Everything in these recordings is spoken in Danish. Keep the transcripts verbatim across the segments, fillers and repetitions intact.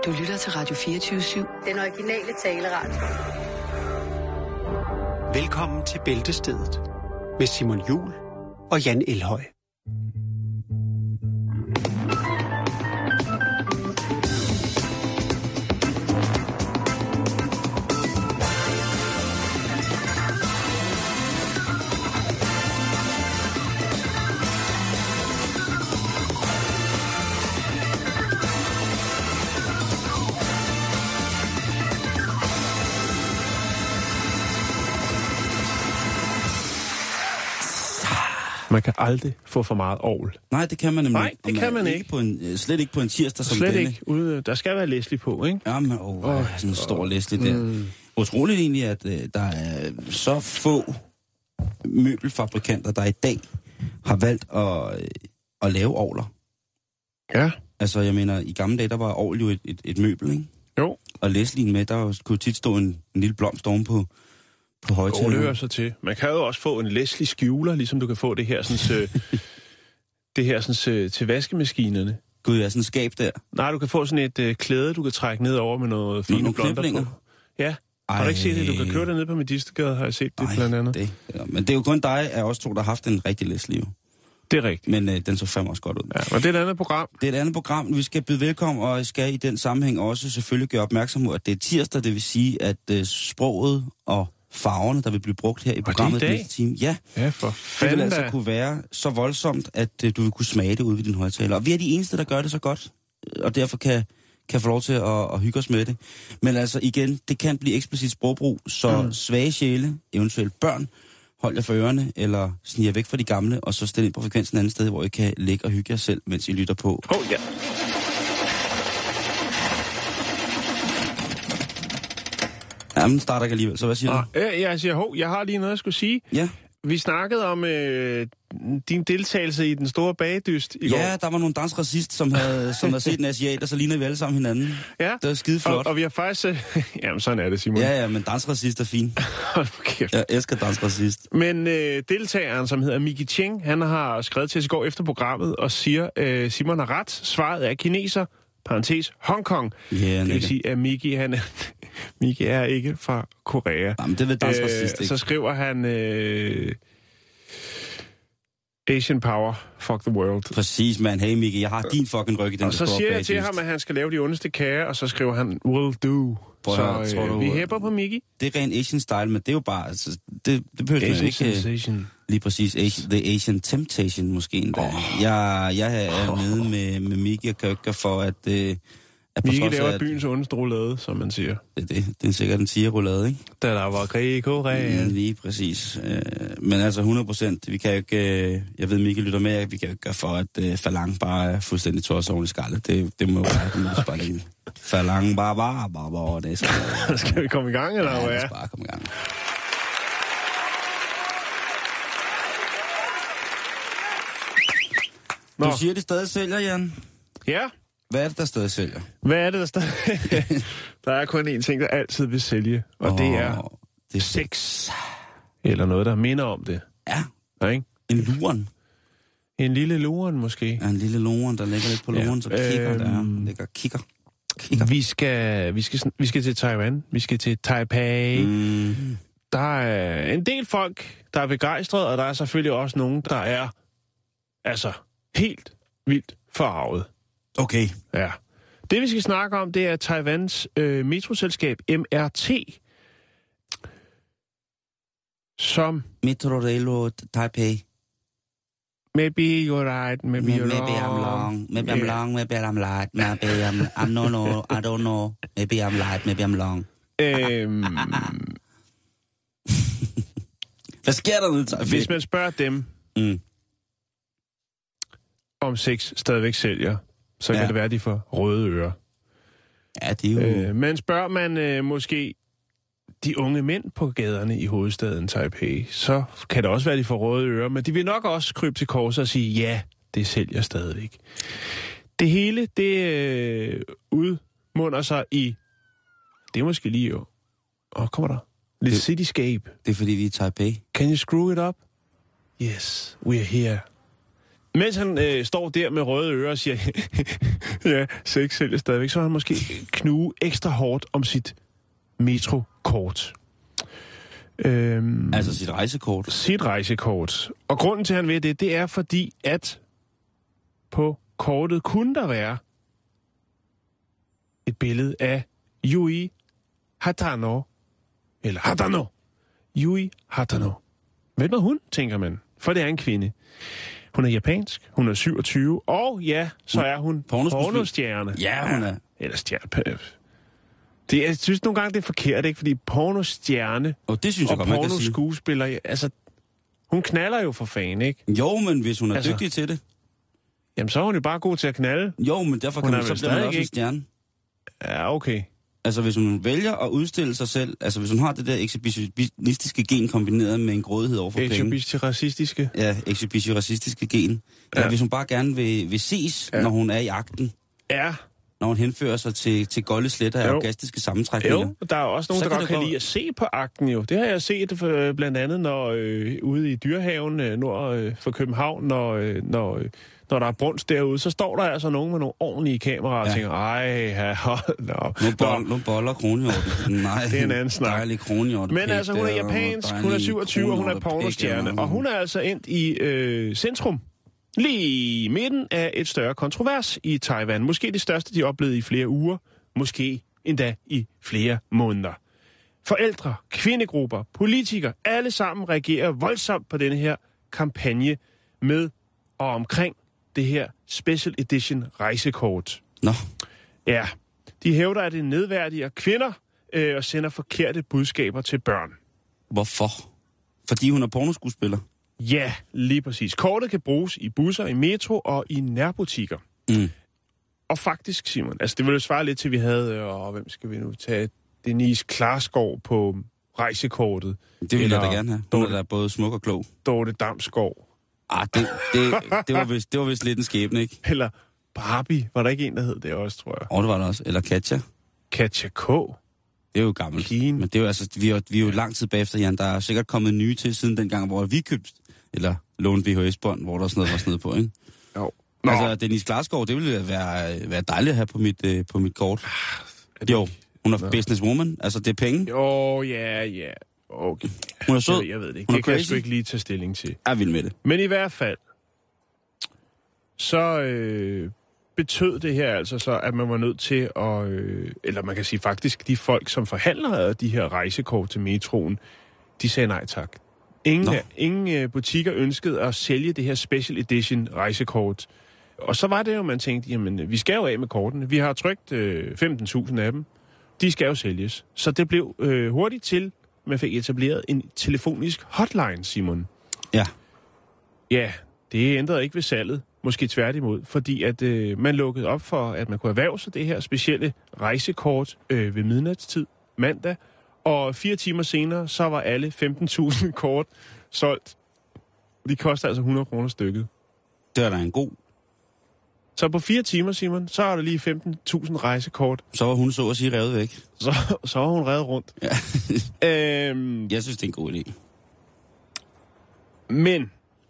Du lytter til Radio fireogtyve syv. Den originale taleradio. Velkommen til Bæltestedet med Simon Juhl og Jan Elhøj. Man kan aldrig få for meget orgel. Nej, det kan man nemlig. Nej, det kan man ikke. På en, slet ikke på en tirsdag som slet denne. ikke. Ude, der skal være Leslie på, ikke? Ja, men åh, oh, sådan en stor Leslie der. Mm. Utroligt egentlig, at uh, der er så få møbelfabrikanter, der i dag har valgt at, uh, at lave orgler. Ja. Altså, jeg mener, i gamle dage, der var orgel jo et, et, et møbel, ikke? Jo. Og Leslie'en med, der kunne tit stå en, en lille blomst oven på, på højtaleren. Oh, det hører sig til. Man kan jo også få en Leslie skjuler, ligesom du kan få det her, sådan, øh, det her sådan, øh, til vaskemaskinerne. Gud, ja, sådan et skab der. Nej, du kan få sådan et øh, klæde, du kan trække ned over med noget fine nogle blonder kniplinger. på. Ja. Ej. Har du ikke set det? Du kan køre dernede på Medistegade, har jeg set det. Ej, blandt andet. Det, ja, men det er jo kun dig af os to, der har haft en rigtig Leslie jo. Det er rigtigt. Men øh, den så fandme også godt ud. Ja, og det er et andet program. Det er et andet program. Vi skal byde velkommen, og jeg skal i den sammenhæng også selvfølgelig gøre opmærksom på, at det er tirsdag, det vil sige, at øh, sproget og farverne, der vil blive brugt her i programmet det er i dag? næste time. Ja, Ja, for det fanden vil altså da. kunne være så voldsomt, at øh, du vil kunne smage det ude ved din højtaler. Og vi er de eneste, der gør det så godt, og derfor kan, kan få lov til at, at hygge os med det. Men altså igen, det kan blive eksplicit sprogbrug, så mm. svage sjæle, eventuelt børn, hold jer for ørerne, eller snige væk fra de gamle, og så stille ind på frekvensen et andet sted, hvor I kan ligge og hygge jer selv, mens I lytter på. Åh, oh, ja. Jamen, starter ikke alligevel, så hvad siger du? Ah, jeg siger, hov, jeg har lige noget, jeg skulle sige. Ja. Vi snakkede om øh, din deltagelse i den store bagedyst i går. Ja, der var nogle dansk racist, som havde, som havde set en asiat, og så ligner vi alle sammen hinanden. Ja. Det var skide flot. Og, og vi har faktisk... Øh, jamen, sådan er det, Simon. Ja, ja, men dansk racist er fin. Hold nu kæft. Jeg elsker dansk racist. Men øh, deltageren, som hedder Miki Cheng, han har skrevet til os i går efter programmet og siger, øh, Simon har ret, svaret er kineser, parentes Hongkong. Ja, det vil sige, at Miki, han er, Miki er ikke fra Korea. Jamen, det ved dansk øh, racist ikke. Så skriver han... Øh, Asian power, fuck the world. Præcis, man. Hey, Miki, jeg har din fucking ryg i den, og så siger jeg til ham, at han skal lave de ondeste kager, og så skriver han, will do. Prøv så høre, tror øh, du, vi hæpper på Miki. Det er ren Asian style, men det er jo bare... Altså, det, det behøver man ikke... Sensation. Lige præcis. Asian, the Asian Temptation, måske endda. Oh. Jeg, jeg er oh. nede med, med Miki og kan ikke gøre for, at... Øh, at Miki laver at, byens ondeste roulade, som man siger. Det, det, det er sikkert en tiger-roulade, ikke? Da der var krig i Korea. Mm, lige præcis. Øh, men altså hundrede procent, vi kan jo ikke... Øh, jeg ved, Miki lytter med, vi kan jo ikke gøre for, at øh, Falang bare er fuldstændig tosset oven i skaldet. Det, det må jo være, det må bare lige... Falang bare, bare, bare, bare, det skal... skal vi komme i gang, eller ja, hvad? Ja, lad os bare komme i gang. Nå. Du siger, det stadig sælger, Jan? Ja. Hvad er det, der stadig sælger? Hvad er det, der stadig... Der er kun én ting, der altid vil sælge, og oh, det er, det er sex. Eller noget, der minder om det. Ja. Ja, ikke? En luren. En lille luren, måske. Ja, en lille luren, der ligger lidt på luren, ja. Så kigger øhm, der. Ligger kigger. kigger. Vi skal, vi, skal, vi skal til Taiwan. Vi skal til Taipei. Mm. Der er en del folk, der er begejstrede, og der er selvfølgelig også nogen, der er altså helt vildt forarvet. Okay. Ja. Det, vi skal snakke om, det er Taiwans øh, metroselskab M R T, som... Metro Railroad Taipei. Maybe you're right, maybe you're maybe wrong. Maybe I'm wrong, maybe I'm wrong, maybe I'm right, maybe I'm, I'm no, no, I don't know, maybe I'm right, maybe I'm wrong. Øhm, Hvad sker der nu, Taipei? Hvis man spørger dem, mm. om sex stadigvæk sælger, så ja. kan det være, de får røde ører. Ja, det er jo... Øh, men spørger man øh, måske de unge mænd på gaderne i hovedstaden Taipei, så kan det også være, de får røde ører, men de vil nok også krybe til korset og sige, ja, det sælger stadigvæk. Det hele, det øh, udmunder sig i, det er måske lige jo, åh, kommer der, lidt det, cityscape. Det er fordi, vi er i Taipei. Can you screw it up? Yes, we are here. Mens han øh, står der med røde ører og siger, ja, sex sælger stadigvæk, så har han måske knuge ekstra hårdt om sit metrokort. Øhm, Altså sit rejsekort? Sit rejsekort. Og grunden til, at han ved det, det er fordi, at på kortet kunne der være et billede af Yui Hatano. Eller Hatano. Yui Hatano. Hvem er hun, tænker man? For det er en kvinde. Hun er japansk, hun er syvogtyve, og ja, så er hun pornostjerne. Ja, hun er. Eller stjerne. Det, jeg synes nogle gange, det er forkert, ikke? Fordi pornostjerne og, det synes jeg og godt, pornoskuespiller, altså, hun knaller jo for fan, ikke? Jo, men hvis hun er altså, dygtig til det. Jamen, så er hun jo bare god til at knalde. Jo, men derfor kan hun man så blive også en stjerne. Ja, okay. Altså, hvis hun vælger at udstille sig selv, altså hvis hun har det der ekshibitionistiske gen kombineret med en grådighed overfor penge. Ekshibitionistiske? Ja, ekshibitionistiske gen. Ja. Ja, hvis hun bare gerne vil, vil ses, ja. Når hun er i akten. Ja. Når hun henfører sig til, til golde sletter af orgastiske sammentrækninger. Jo, der er også nogen, så der godt kan gå... lide at se på akten jo. Det har jeg set for, blandt andet, når øh, ude i Dyrehaven øh, nord øh, for København, når... Øh, når øh, Når der er brunst derude, så står der altså nogen med nogle ordentlige kameraer og ja. tænker, ej, hold no. Nu, bold, nu boller kronhjorten. Nej, det er en anden snak. Dejlig kronhjorte. Men altså, hun er japansk, hun er syvogtyve, og hun er pornostjerne. Og hun er altså endt i øh, centrum. Lige i midten af et større kontrovers i Taiwan. Måske det største, de oplevede i flere uger. Måske endda i flere måneder. Forældre, kvindegrupper, politikere, alle sammen reagerer voldsomt på denne her kampagne med og omkring det her Special Edition rejsekort. Nå. Ja, de hævder, at det nedværdiger kvinder øh, og sender forkerte budskaber til børn. Hvorfor? Fordi hun er pornoskuespiller? Ja, lige præcis. Kortet kan bruges i busser, i metro og i nærbutikker. Mm. Og faktisk, Simon, altså det ville jo svare lidt til, vi havde, og hvem skal vi nu tage, Denise Klarskov på rejsekortet. Det ville jeg da gerne have. Hun er da både smuk og klog. Dorte Damsgaard. Ah, det, det, det, var vist, det var vist lidt en skæbne, ikke? Eller Barbie, var der ikke en, der hed det også, tror jeg? Og det var der også. Eller Katja. Katja K. Det er jo gammelt. Keen. Men det er jo, altså, vi er, vi er jo lang tid bagefter, Jan. Der er sikkert kommet nye til siden dengang, hvor vi købte, eller lånte V H S-bånd, hvor der sådan noget var sådan noget på, ikke? Jo. Nå. Altså, Denise Klarskov, det ville være, være dejligt at have på mit, øh, på mit kort. Ah, jo, hun er ja. businesswoman. Altså, det er penge. Jo, ja, ja. Okay. Hun er sød. Jeg, jeg ved det ikke. Hun det kan jeg sgu ikke lige tage stilling til. Jeg vil med det. Men i hvert fald, så øh, betød det her altså så, at man var nødt til at, øh, eller man kan sige faktisk, de folk, som forhandler de her rejsekort til metroen, de sagde nej tak. Ingen, ingen butikker ønskede at sælge det her Special Edition rejsekort. Og så var det jo, man tænkte, jamen, vi skal jo af med kortene. Vi har trykt øh, femten tusind af dem. De skal jo sælges. Så det blev øh, hurtigt til, man fik etableret en telefonisk hotline, Simon. Ja. Ja, det ændrede ikke ved salget. Måske tværtimod, fordi at øh, man lukkede op for, at man kunne erhverve sig det her specielle rejsekort øh, ved midnatstid mandag. Og fire timer senere, så var alle femten tusind kort solgt. De koster altså hundrede kroner stykket. Det er da en god. Så på fire timer, Simon, så er der lige femten tusind rejsekort. Så var hun så at sige revet væk. Så, så var hun revet rundt. Ja. øhm, Jeg synes, det er en god idé. Men,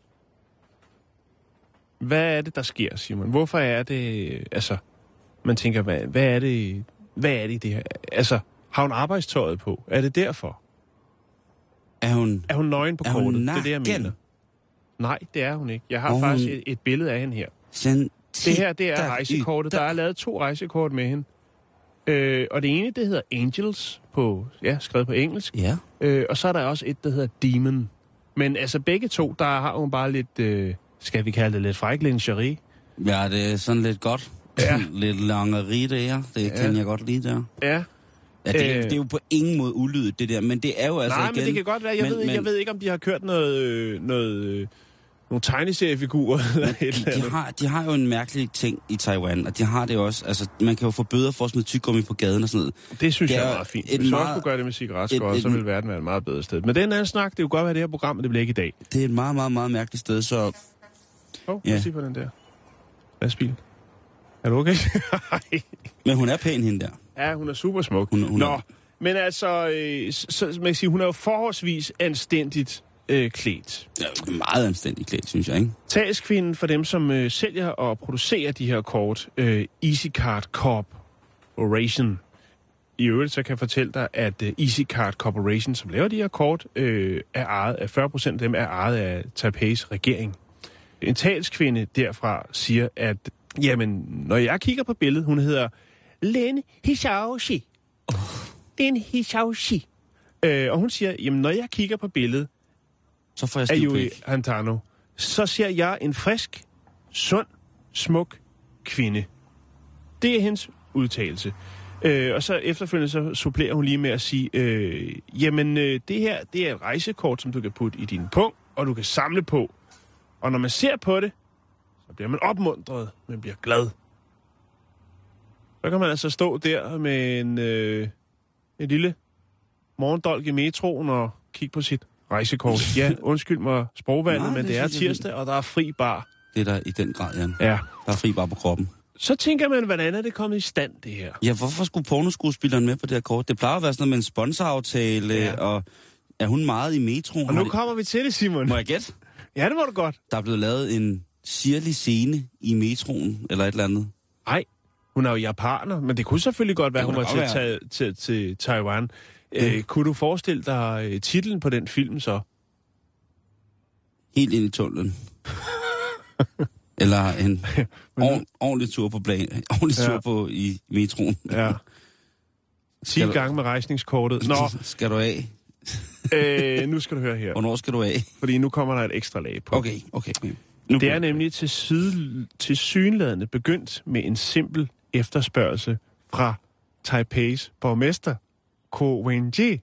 hvad er det, der sker, Simon? Hvorfor er det, altså, man tænker, hvad, hvad er det, hvad er det i det her? Altså, har hun arbejdstøjet på? Er det derfor? Er hun... Er hun nøgen på kortet? Det er det, jeg mener. Nej, det er hun ikke. Jeg har hun... faktisk et, et billede af hende her. Sen... Det her, det er rejsekortet. Der er lavet to rejsekort med hende. Øh, og det ene, det hedder Angels, på, ja, skrevet på engelsk. Ja. Øh, og så er der også et, der hedder Demon. Men altså begge to, der har hun bare lidt, øh, skal vi kalde det lidt fræk lingerie. Ja, det er sådan lidt godt. Ja. Lidt langerie der. Det ja. Kan jeg godt lide der. Ja. Ja, det, er, øh, det er jo på ingen måde ulydigt, det der, men det er jo altså nej, igen... men det kan godt være. Jeg, men, ved, men, jeg ved ikke, om de har kørt noget... Øh, noget øh, nogle tegneseriefigurer. Eller et de, eller de, har, de har jo en mærkelig ting i Taiwan, og de har det også... Altså, man kan jo få bøder for at smide tyggegummi på gaden og sådan noget. Det synes det jeg er meget fint. Hvis vi også kunne gøre det med cigaretskår, så ville verden være et meget bedre sted. Men det er en anden snak. Det er jo godt være det her program, men det bliver ikke i dag. Det er et meget, meget, meget mærkeligt sted, så... Åh, oh, ja. Hvad siger på den der? Lastbil. Er du okay? Men hun er pæn, hende der. Ja, hun er super smuk. Hun, hun Nå, er... men altså, øh, så, så man kan sige, hun er jo forholdsvis anstændigt øh, klædt. Ja, meget anstændigt klædt, synes jeg, ikke? Talskvinden for dem, som øh, sælger og producerer de her kort, øh, EasyCard Corporation. I øvrigt så kan jeg fortælle dig, at øh, EasyCard Corporation, som laver de her kort, øh, er ejet af fyrre procent af dem er ejet af Taipeis regering. En talskvinde derfra siger, at jamen, når jeg kigger på billedet, hun hedder Lene Hisaoshi. Oh. Lene Hisaoshi. Øh, og hun siger, jamen når jeg kigger på billedet så får jeg af Yui Hatano, så ser jeg en frisk, sund, smuk kvinde. Det er hendes udtalelse. Øh, og så efterfølgende så supplerer hun lige med at sige, øh, jamen øh, det her, det er et rejsekort, som du kan putte i din punkt, og du kan samle på. Og når man ser på det, så bliver man opmuntret, man bliver glad. Så kan man altså stå der med en, øh, en lille morgendolk i metroen og kigge på sit rejsekort. Ja, undskyld mig sprogvalget, Nej, men det, det er tirsdag, og der er fri bar. Det er der i den grad, Jan. Ja. Der er fri bar på kroppen. Så tænker man, hvordan er det kommet i stand, det her? Ja, hvorfor skulle pornoskuespilleren med på det her kort? Det plejer at være sådan noget med en sponsoraftale, ja. Og er hun meget i metroen? Og nu kommer vi til det, Simon. Må jeg gætte? Ja, det må du godt. Der er blevet lavet en sirlig scene i metroen, eller et eller andet. Nej, hun er jo japaner, men det kunne selvfølgelig godt være, at hun var til, at tage, til, til Taiwan. Ja. Øh, kunne du forestille dig uh, titlen på den film så? Helt ind i tunnelen. Eller en ord, ordentlig tur på plan, ordentlig ja. tur på i metroen. Ja. ti gange med rejsningskortet. Nå. Skal du af? øh, nu skal du høre her. Hvornår skal du af? Fordi nu kommer der et ekstra lag på. Okay, okay. Nu det er nemlig til, syd, til synladende begyndt med en simpel efterspørgsel fra Taipeis borgmester, Ko Wen-je.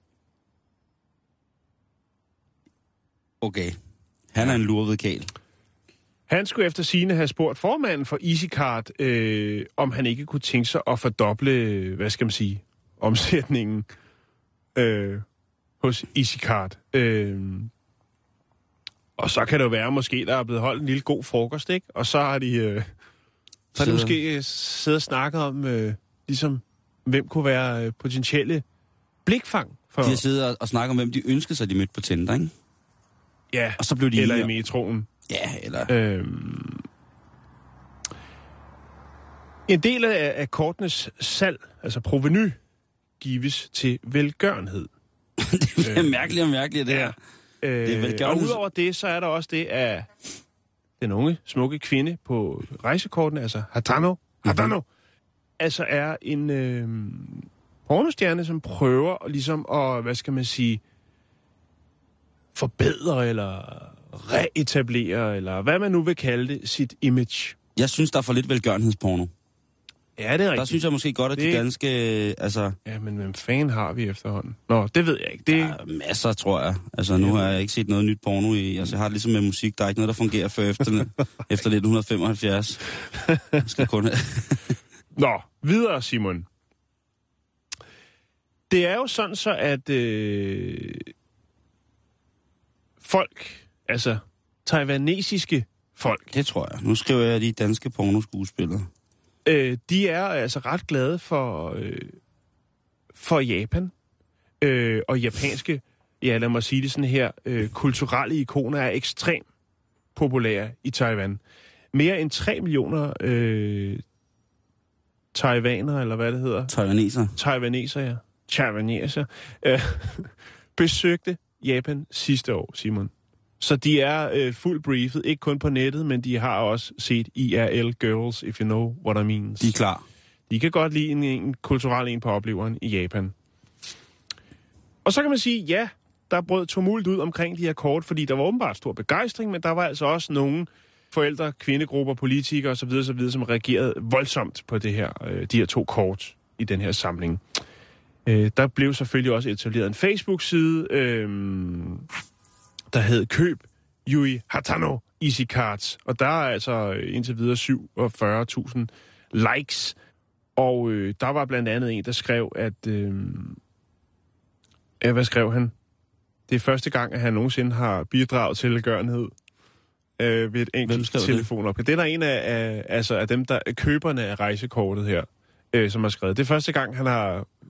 Okay. Han er en lurvet kæl. Han skulle efter sigende have spurgt formanden for EasyCard, øh, om han ikke kunne tænke sig at fordoble, hvad skal man sige, omsætningen øh, hos EasyCard. Øh, og så kan det jo være, måske der er blevet holdt en lille god frokost, ikke? Og så har de, øh, så har de måske siddet og snakket om, øh, ligesom, hvem kunne være øh, potentielle blikfang. For... De har siddet og snakket om, hvem de ønskede sig, de mødte på Tinder, ikke? Ja, og så blev de eller i metroen. Ja, eller... Øhm, en del af, af kortenes salg, altså provenu, gives til velgørenhed. Det er øh, mærkeligt og mærkeligt, det her. Øh, det er velgørenhed. Og udover det, så er der også det af den unge, smukke kvinde på rejsekortene, altså Hatano. Hatano. Mm-hmm. Altså er en øh, pornostjerne, som prøver ligesom at, hvad skal man sige, forbedre eller reetablere, eller hvad man nu vil kalde det, sit image. Jeg synes, der er for lidt velgørenhedsporno. Ja, det er rigtigt. Der synes jeg måske godt, at det... de danske... Altså... Ja, men hvem fanden har vi efterhånden? Nå, det ved jeg ikke. Det... Ja, masser, tror jeg. Altså, nu har jeg ikke set noget nyt porno i... Altså, jeg har det ligesom med musik. Der er ikke noget, der fungerer før efter, efter nitten femoghalvfjerds. Jeg skal kun have... Nå, videre, Simon. Det er jo sådan så, at øh... folk, altså taiwanesiske folk... Det tror jeg. Nu skriver jeg de danske pornoskuespillere. Øh, de er altså ret glade for, øh, for Japan. Øh, og japanske, ja lad mig sige det sådan her, øh, kulturelle ikoner er ekstremt populære i Taiwan. Mere end tre millioner øh, taiwanere, eller hvad det hedder? Taiwaneser. Taiwaneser, ja. Taiwaneser. Øh, besøgte Japan sidste år, Simon. Så de er øh, fuldt briefet, ikke kun på nettet, men de har også set I R L Girls, if you know what I mean. De er klar. De kan godt lide en, en kulturel en på opleveren i Japan. Og så kan man sige, ja, der brød tumult ud omkring de her kort, fordi der var åbenbart stor begejstring, men der var altså også nogle forældre, kvindegrupper, politikere osv., osv., som reagerede voldsomt på det her, øh, de her to kort i den her samling. Øh, der blev selvfølgelig også etableret en Facebook-side, øh, der hed Køb Yui Hatano Easy Cards. Og der er altså indtil videre syvogfyrre tusind likes. Og øh, der var blandt andet en, der skrev, at... Øh, ja, hvad skrev han? Det er første gang, at han nogensinde har bidraget til velgørenhed øh, ved et enkelt telefonopkald. Det er der en af, af, altså, af dem, der køberne af rejsekortet her, øh, som har skrevet. Det er første gang, han har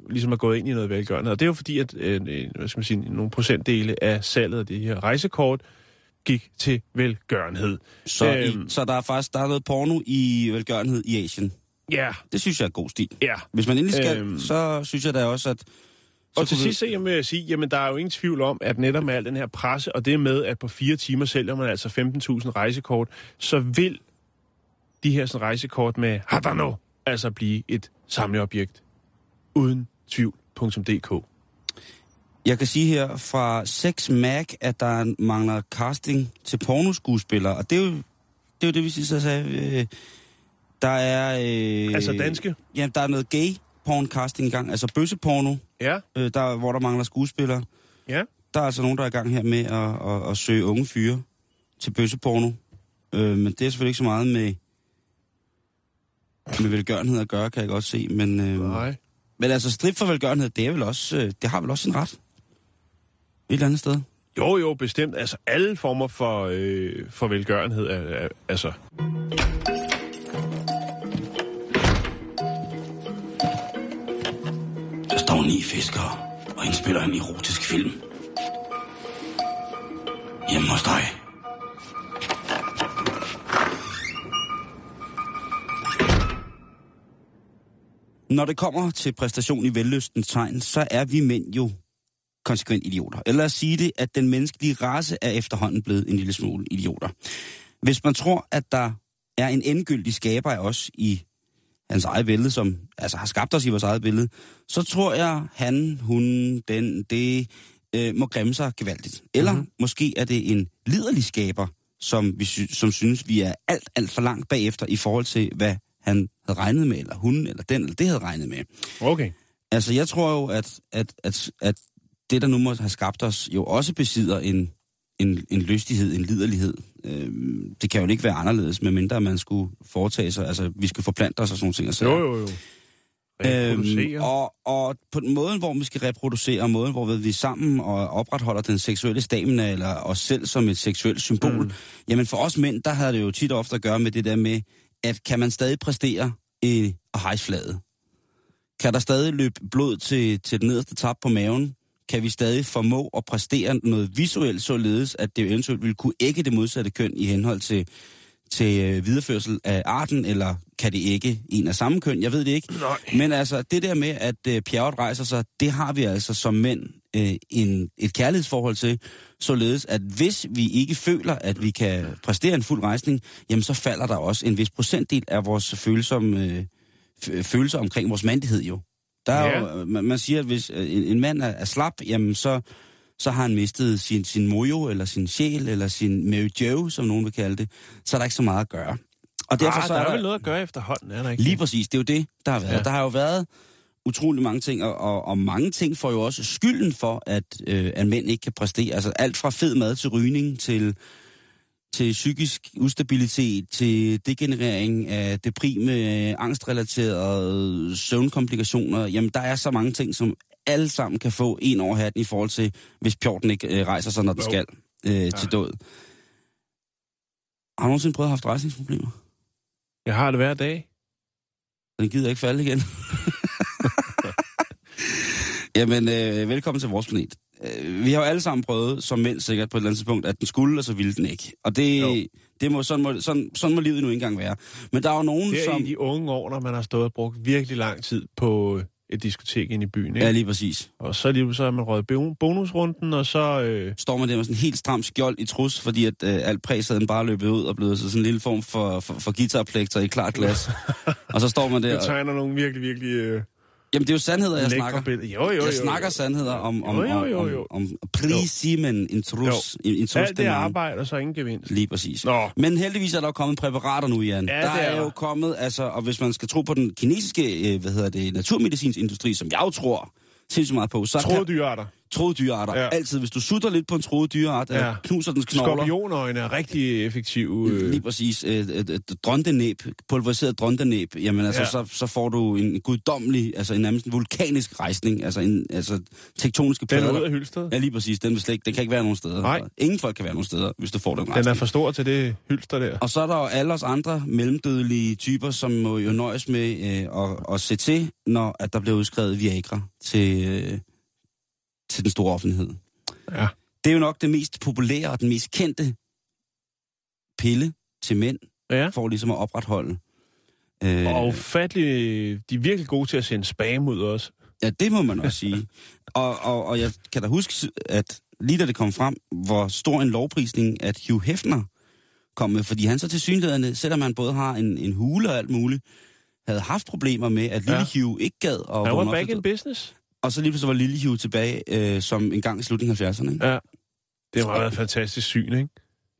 ligesom er gået ind i noget velgørende. Og det er jo fordi, at øh, hvad skal man sige, nogle procentdele af salget af de her rejsekort gik til velgørenhed. Så, øhm, i, så der er faktisk der er noget porno i velgørenhed i Asien. Ja. Det synes jeg er god stil. Ja. Hvis man endelig skal, øhm, så synes jeg da også, at... Og til vi... sidst så vil jeg sige, jamen der er jo ingen tvivl om, at netop med al den her presse, og det med, at på fire timer sælger man altså femten tusind rejsekort, så vil de her sådan, rejsekort med Hadano altså blive et samleobjekt. Uden tvivl punktum d k. Jeg kan sige her fra seks Mag, at der mangler casting til pornoskuespillere, og det er jo det, er jo det vi sidst sagde. Der er... Øh, altså danske? Ja, der er noget gay porn casting i gang, altså bøsseporno, ja. øh, der, hvor der mangler skuespillere. Ja. Der er altså nogen, der er i gang her med at, at, at søge unge fyre til bøsseporno. Øh, men det er selvfølgelig ikke så meget med, med velgørenhed at gøre, kan jeg godt se. Men, øh, Nej. Men altså strip for velgørenhed, det, er vel også, øh, det har vel også sin ret. Et eller andet sted. Jo, jo, bestemt. Altså alle former for, øh, for velgørenhed er, er altså... Der står ni fiskere og indspiller en erotisk film. Hjemme hos dig. Når det kommer til præstation i vellystens tegn, så er vi mænd jo konsekvent idioter. Eller at sige det, at den menneskelige race er efterhånden blevet en lille smule idioter. Hvis man tror, at der er en endegyldig skaber af os i hans eget billede, som altså har skabt os i vores eget billede, så tror jeg, han, hun, den, det øh, må grimme sig gevaldigt. Eller mm-hmm. måske er det en liderlig skaber, som, vi sy- som synes, vi er alt, alt for langt bagefter i forhold til, hvad han havde regnet med, eller hun, eller den, eller det havde regnet med. Okay. Altså, jeg tror jo, at, at, at, at det, der nu må have skabt os, jo også besidder en, en, en lystighed, en liderlighed. Øhm, det kan jo ikke være anderledes, medmindre man skulle foretage sig, altså, vi skal forplante os og sådan nogle ting. Altså. Jo, jo, jo. Øhm, og, og på den måde, hvor vi skal reproducere, og måden, hvor vi sammen og opretholder den seksuelle stamina, eller os selv som et seksuelt symbol, mm. jamen for os mænd, der havde det jo tit og ofte at gøre med det der med, at kan man stadig præstere i at hejse flaget? Kan der stadig løbe blod til, til den nederste tap på maven? Kan vi stadig formå at præstere noget visuelt, således at det eventuelt ville kunne ægge det modsatte køn i henhold til, til videreførsel af arten, eller kan det ikke en af samme køn? Jeg ved det ikke. Nej. Men altså, det der med, at øh, pjerret rejser sig, det har vi altså som mænd øh, en, et kærlighedsforhold til, således at hvis vi ikke føler, at vi kan præstere en fuld rejsning, jamen så falder der også en vis procentdel af vores følelser, øh, følelser omkring vores mandighed jo. Der er ja. jo, man, man siger, at hvis en, en mand er, er slap, jamen så, så har han mistet sin, sin mojo, eller sin sjæl, eller sin Mary Jo, som nogen vil kalde det. Så er der ikke så meget at gøre. Og derfor ah, så der er er der vel noget at gøre efterhånden, er der ikke? Lige præcis, det er jo det, der har været. Ja. Der har jo været utrolig mange ting, og, og, og mange ting får jo også skylden for, at, øh, at mænd ikke kan præstere. Altså alt fra fed mad til rygning, til, til psykisk ustabilitet, til degenerering af deprime, angstrelaterede søvnkomplikationer. Jamen, der er så mange ting, som alle sammen kan få en over hatten i forhold til, hvis pjorten ikke øh, rejser sig, når den skal øh, til ja. død. Har du nogensinde prøvet at have haft rejsningsproblemer? Jeg har det hver dag. Den gider ikke falde igen. Jamen, øh, velkommen til vores planet. Øh, vi har jo alle sammen prøvet, som mænd sikkert på et eller andet tidspunkt, at den skulle, og så ville den ikke. Og det, det må, sådan, må, sådan, sådan må livet nu ikke engang være. Men der er jo nogen, det er som... i de unge år, når man har stået og brugt virkelig lang tid på et diskotek inde i byen, ikke? Ja, lige præcis. Og så lige så er man røget bonusrunden, og så... Øh... Står man der med sådan en helt stram skjold i trus, fordi at øh, alt præsaden bare løbet ud og blevet så sådan en lille form for, for, for guitarplekter i klart glas. Og så står man der... Du tegner nogle virkelig, virkelig... Øh... Jamen, det er jo sandheder, jeg snakker. Jo, jo, jo, jo. Jeg snakker sandheder om, om, jo, jo, jo. om, om, om prisimen, en trus. En trus alt det arbejde, og så ingen gevinst. Lige præcis. Nå. Men heldigvis er der jo kommet præparater nu, Jan. Ja, der er, er jo kommet, altså, og hvis man skal tro på den kinesiske, øh, hvad hedder det, naturmedicinsk industri, som jeg jo tror sindssygt meget på, så Tråddyrearter. Troede dyrearter. Ja. Altid, hvis du sutter lidt på en troet dyreart, ja. eller knuser dens knogler. Skorpionøjne er rigtig effektive. Øh. Lige præcis. Et, et, et drontenæb, pulveriseret drontenæb, jamen altså, ja. så, så får du en guddommelig, altså en nærmest en vulkanisk rejsning, altså en altså tektoniske plader. Den er ude af Hylsted? Ja, lige præcis. Den, vil slet ikke, den kan ikke være nogen steder. Nej. Ingen folk kan være nogen steder, hvis du får den rejsning. Den er for stor til det hylster der. Og så er der jo alle os andre mellemdødelige typer, som må jo nøjes med øh, at, at se til, når at der bliver udskrevet Viagra til, øh, til den store offentlighed. Ja. Det er jo nok det mest populære og den mest kendte pille til mænd, ja. for ligesom at opretholde. Øh, og ufatteligt, de er virkelig gode til at sende spam ud også. Ja, det må man også sige. Og, og, og jeg kan da huske, at lige da det kom frem, hvor stor en lovprisning, at Hugh Hefner kom med, fordi han så til synligheden, selvom han både har en, en hule og alt muligt, havde haft problemer med, at lille ja. Hugh ikke gad. Og han var back in business. Og så lige pludselig var lille Hugh tilbage, øh, som en gang i slutningen af halvfjerdserne. Ikke? Ja, det var et fantastisk syn, ikke?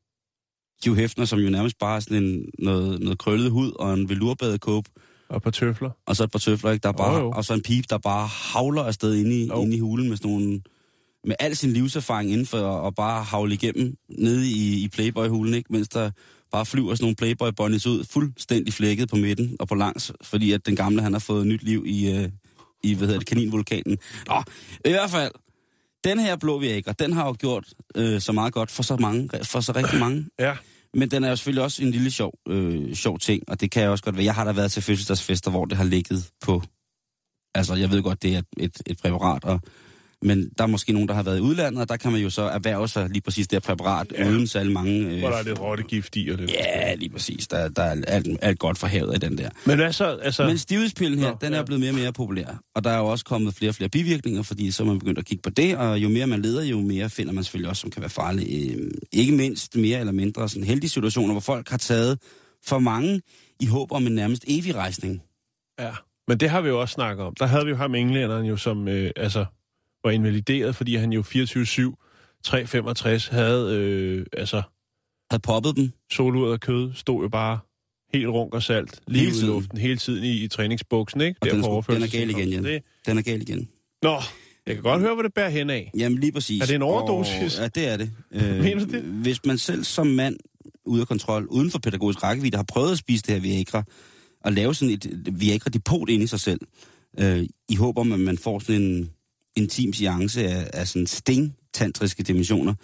Hugh Hefner, som jo nærmest bare sådan en, noget, noget krøllet hud og en velurbadekåbe. Og et par tøfler. Og så et par tøfler, ikke? Der bare, oh, og så en pip, der bare havler afsted inde i, oh. inde i hulen med sådan nogle, med al sin livserfaring inden for at bare havle igennem nede i, i Playboy-hulen, ikke? Mens der bare flyver sådan nogle Playboy-bunnies ud, fuldstændig flækket på midten og på langs, fordi at den gamle, han har fået nyt liv i, øh, i hvad hedder det, kaninvulkanen. Nå, i hvert fald, den her blå Viagra, den har jo gjort øh, så meget godt for så mange, for så rigtig mange. Ja. Men den er jo selvfølgelig også en lille sjov, øh, sjov ting, og det kan jeg også godt være. Jeg har da været til fødselsdagsfester, hvor det har ligget på... Altså, jeg ved godt, det er et, et, et præparat, og, men der er måske nogen, der har været i udlandet, og der kan man jo så erhverve sig lige præcis det her præparat, ja. uden særlig mange... Øh, hvor der er lidt rottegift i, og det... Ja, lige præcis. Der, der er alt, alt godt for havet i den der. Men hvad så? Altså... Men stivhedspillen her, Nå, den er ja. blevet mere og mere populær, og der er jo også kommet flere og flere bivirkninger, fordi så er man begyndt at kigge på det, og jo mere man leder, jo mere finder man selvfølgelig også, som kan være farligt. Øh, ikke mindst mere eller mindre sådan heldige situationer, hvor folk har taget for mange i håb om en nærmest evig rejsning. Ja, men det har vi jo også snakket om. Der havde vi jo ham englænderen jo, som øh, altså, var invalideret, fordi han jo fireogtyve syv tre femogtres havde, øh, altså... Havde poppet dem. Soluret af kød stod jo bare helt runk og salt, lige ud i luften, hele tiden i, i træningsbuksen, ikke? Og den, er, den er gal igen, Jan. Det. Den er gal igen. Nå, jeg kan godt høre, hvor det bærer hen af. Jamen lige præcis. Er det en overdosis? Og, ja, det er det. Øh, Mener du det? Hvis man selv som mand ude af kontrol, uden for pædagogisk rækkevidde, har prøvet at spise det her Viagra, og lave sådan et Viagra-depot inde i sig selv, øh, i håb om, at man får sådan en intim seance af, af sådan sting-tantriske dimensioner,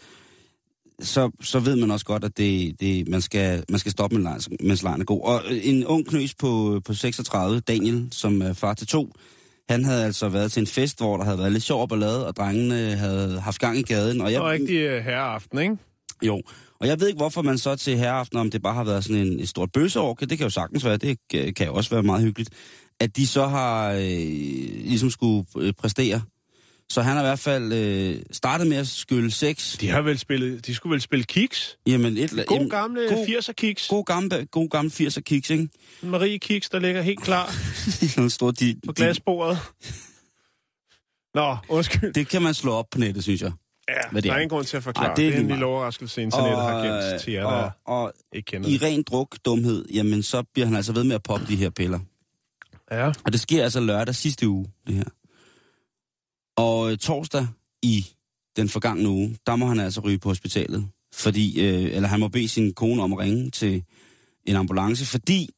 så, så ved man også godt, at det, det, man, skal, man skal stoppe, mens lejen er god. Og en ung knøs på, på seksogtredive, Daniel, som er far til to, han havde altså været til en fest, hvor der havde været lidt sjov og ballade, og drengene havde haft gang i gaden. Og jeg, det var rigtig uh, herreaften, ikke? Jo, og jeg ved ikke, hvorfor man så til herreaften, om det bare har været sådan en, et stort bøsseorke, det kan jo sagtens være, det kan jo også være meget hyggeligt, at de så har øh, ligesom skulle øh, præstere. Så han har i hvert fald øh, startet med at skylle sex. De har vel spillet, de skulle vel spille kiks? Jamen, et, god jamen, gamle god, firser kiks. God gamle, god gamle firser kiks, ikke? Marie Kiks, der ligger helt klar en stor, de, på glasbordet. Nå, undskyld. Det kan man slå op på nettet, synes jeg. Ja, der er ingen grund til at forklare. Ej, det er, det er en lille overraskelse, internettet og, har kendt til jer, der og, og ikke kender i det. ren druk dumhed, jamen så bliver han altså ved med at poppe de her piller. Ja. Og det sker altså lørdag sidste uge, det her. Og torsdag i den forgangne uge, der må han altså ryge på hospitalet. Fordi, øh, eller han må bede sin kone om at ringe til en ambulance, fordi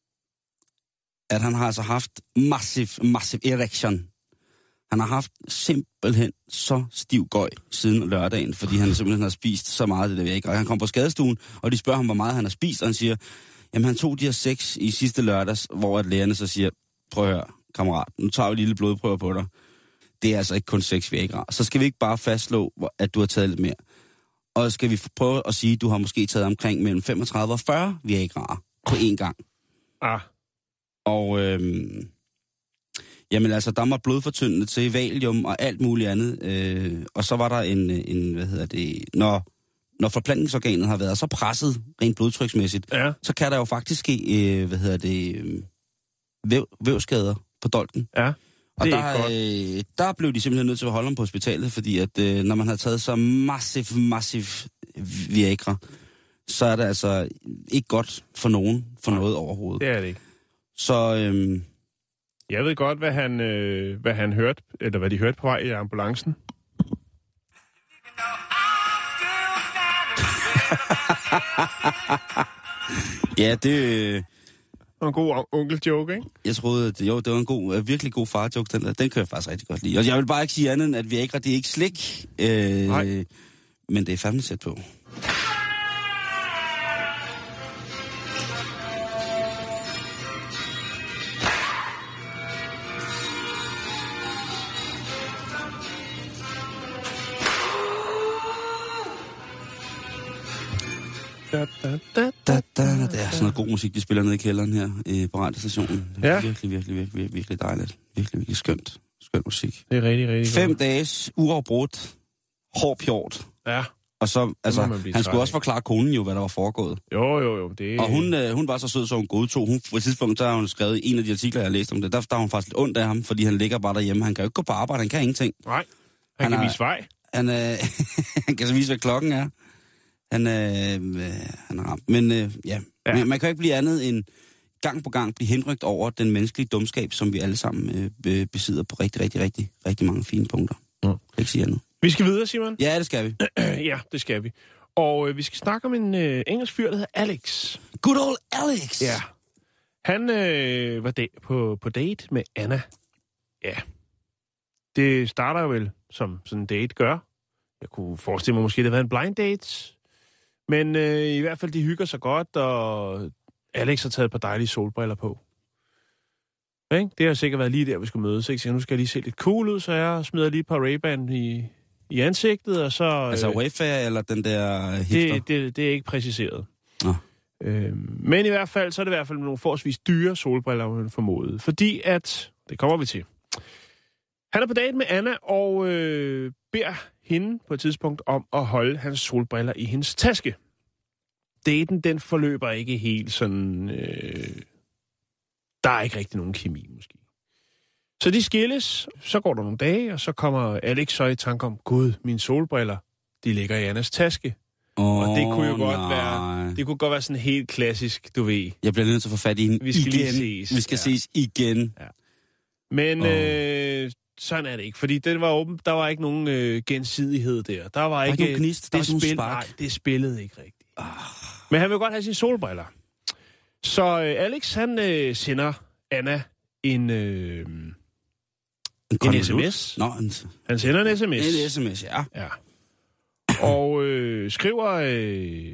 at han har altså haft massiv, massiv erection. Han har haft simpelthen så stiv gøj siden lørdagen, fordi han simpelthen har spist så meget af det der Viagra. Han kom på skadestuen, og de spørger ham, hvor meget han har spist, og han siger, jamen han tog de her seks i sidste lørdags, hvor at lægerne så siger, prøv at høre, kammerat, nu tager vi lille blodprøver på dig. Det er altså ikke kun seks Viagra. Så skal vi ikke bare fastslå, at du har taget lidt mere. Og skal vi prøve at sige, at du har måske taget omkring mellem femogtredive og fyrre Viagraer på én gang. Ah. Og øhm, jamen altså, der var blodfortyndende til valium og alt muligt andet. Øh, og så var der en, en, hvad hedder det, når, når forplantningsorganet har været så presset, rent blodtryksmæssigt, ja. så kan der jo faktisk ske, øh, hvad hedder det, øh, væv, vævskader på dolken. Ja. Og der, øh, der blev de simpelthen nødt til at holde ham på hospitalet, fordi at øh, når man har taget så massiv, massiv Viagra, så er det altså ikke godt for nogen, for noget overhovedet. Det er det ikke. Så øh, jeg ved godt, hvad han, øh, hvad han hørte, eller hvad de hørte på vej i ambulancen. Ja, det... Og en god onkel-joke, ikke? Jeg troede, at jo, det var en god, virkelig god far-joke, den der. Den kan jeg faktisk rigtig godt lide. Og jeg vil bare ikke sige andet, end at vi ikke rigtig ikke slik. Øh, Nej. Men det er fandme sæt på. Da, da, da, Da, da, da. Det er sådan noget god musik, de spiller nede i kælderen her øh, på radiostationen. Det er Ja. virkelig, virkelig, virkelig, virkelig, virkelig dejligt. Virkelig, virkelig skønt. Skønt musik. Det er rigtig, rigtig Fem godt. dages uafbrudt, hård pjort. Ja. Og så, altså, man blive han træt skulle af. også forklare konen jo, hvad der var foregået. Jo, jo, jo. Det... Og hun, øh, hun var så sød, så hun godtog. Hun, på et tidspunkt, så har hun skrevet i en af de artikler, jeg har læst om det, der, der har hun faktisk lidt ondt af ham, fordi han ligger bare derhjemme. Han kan jo ikke gå på arbejde, han kan ingenting. Nej. Han, Han han kan er- vise vej. Han, øh, han kan så vise, hvad klokken er. Han, øh, øh, han er ramt. Men øh, ja, Ja. ja. Men, man kan jo ikke blive andet end gang på gang blive henrygt over den menneskelige dumskab, som vi alle sammen øh, besidder på rigtig, rigtig, rigtig, rigtig mange fine punkter. Ja. Jeg kan ikke sige andet. Vi skal videre, Simon. Ja, det skal vi. Ja, det skal vi. Og øh, vi skal snakke om en øh, engelsk fyr, der hedder Alex. Good old Alex! Ja. Han øh, var da- på, på date med Anna. Ja. Det starter jo vel, som sådan en date gør. Jeg kunne forestille mig, måske det har været en blind date. Men øh, i hvert fald, de hygger sig godt, og Alex har taget et par dejlige solbriller på. Ikke? Det har sikkert været lige der, vi skulle mødes. Ikke? Så nu skal jeg lige se lidt cool ud, så jeg smider lige et par Ray-Ban i, i ansigtet, og så... Altså øh, Wayfair eller den der hipster? det, det, det er ikke præciseret. Nå. Øhm, men i hvert fald, så er det i hvert fald nogle forholdsvis dyre solbriller, man formodet. Fordi at, det kommer vi til. Han er på date med Anna, og øh, beder hende på et tidspunkt om at holde hans solbriller i hendes taske. Daten, den forløber ikke helt sådan... Øh, der er ikke rigtig nogen kemi, måske. Så de skilles, så går der nogle dage, og så kommer Alex så i tanke om, gud, mine solbriller, de ligger i Annas taske. Oh, Og det kunne jo godt nej. være, det kunne godt være sådan helt klassisk, du ved. Jeg bliver nødt til at få fat i hende Vi skal igen. lige ses. Vi skal Ja. ses igen. Men Åh. øh, sådan er det ikke, fordi den var åben, der var ikke nogen øh, gensidighed der. Der var ikke, ikke nogen gnist, der var det ikke nogen spil, spark. nej, det spillede ikke rigtigt. Ah. Men han vil godt have sine solbriller. Så øh, Alex, han øh, sender Anna en, øh, En, en konvolut. sms. Nå, en, Han sender en sms. en sms, ja. Ja. Og øh, skriver, øh,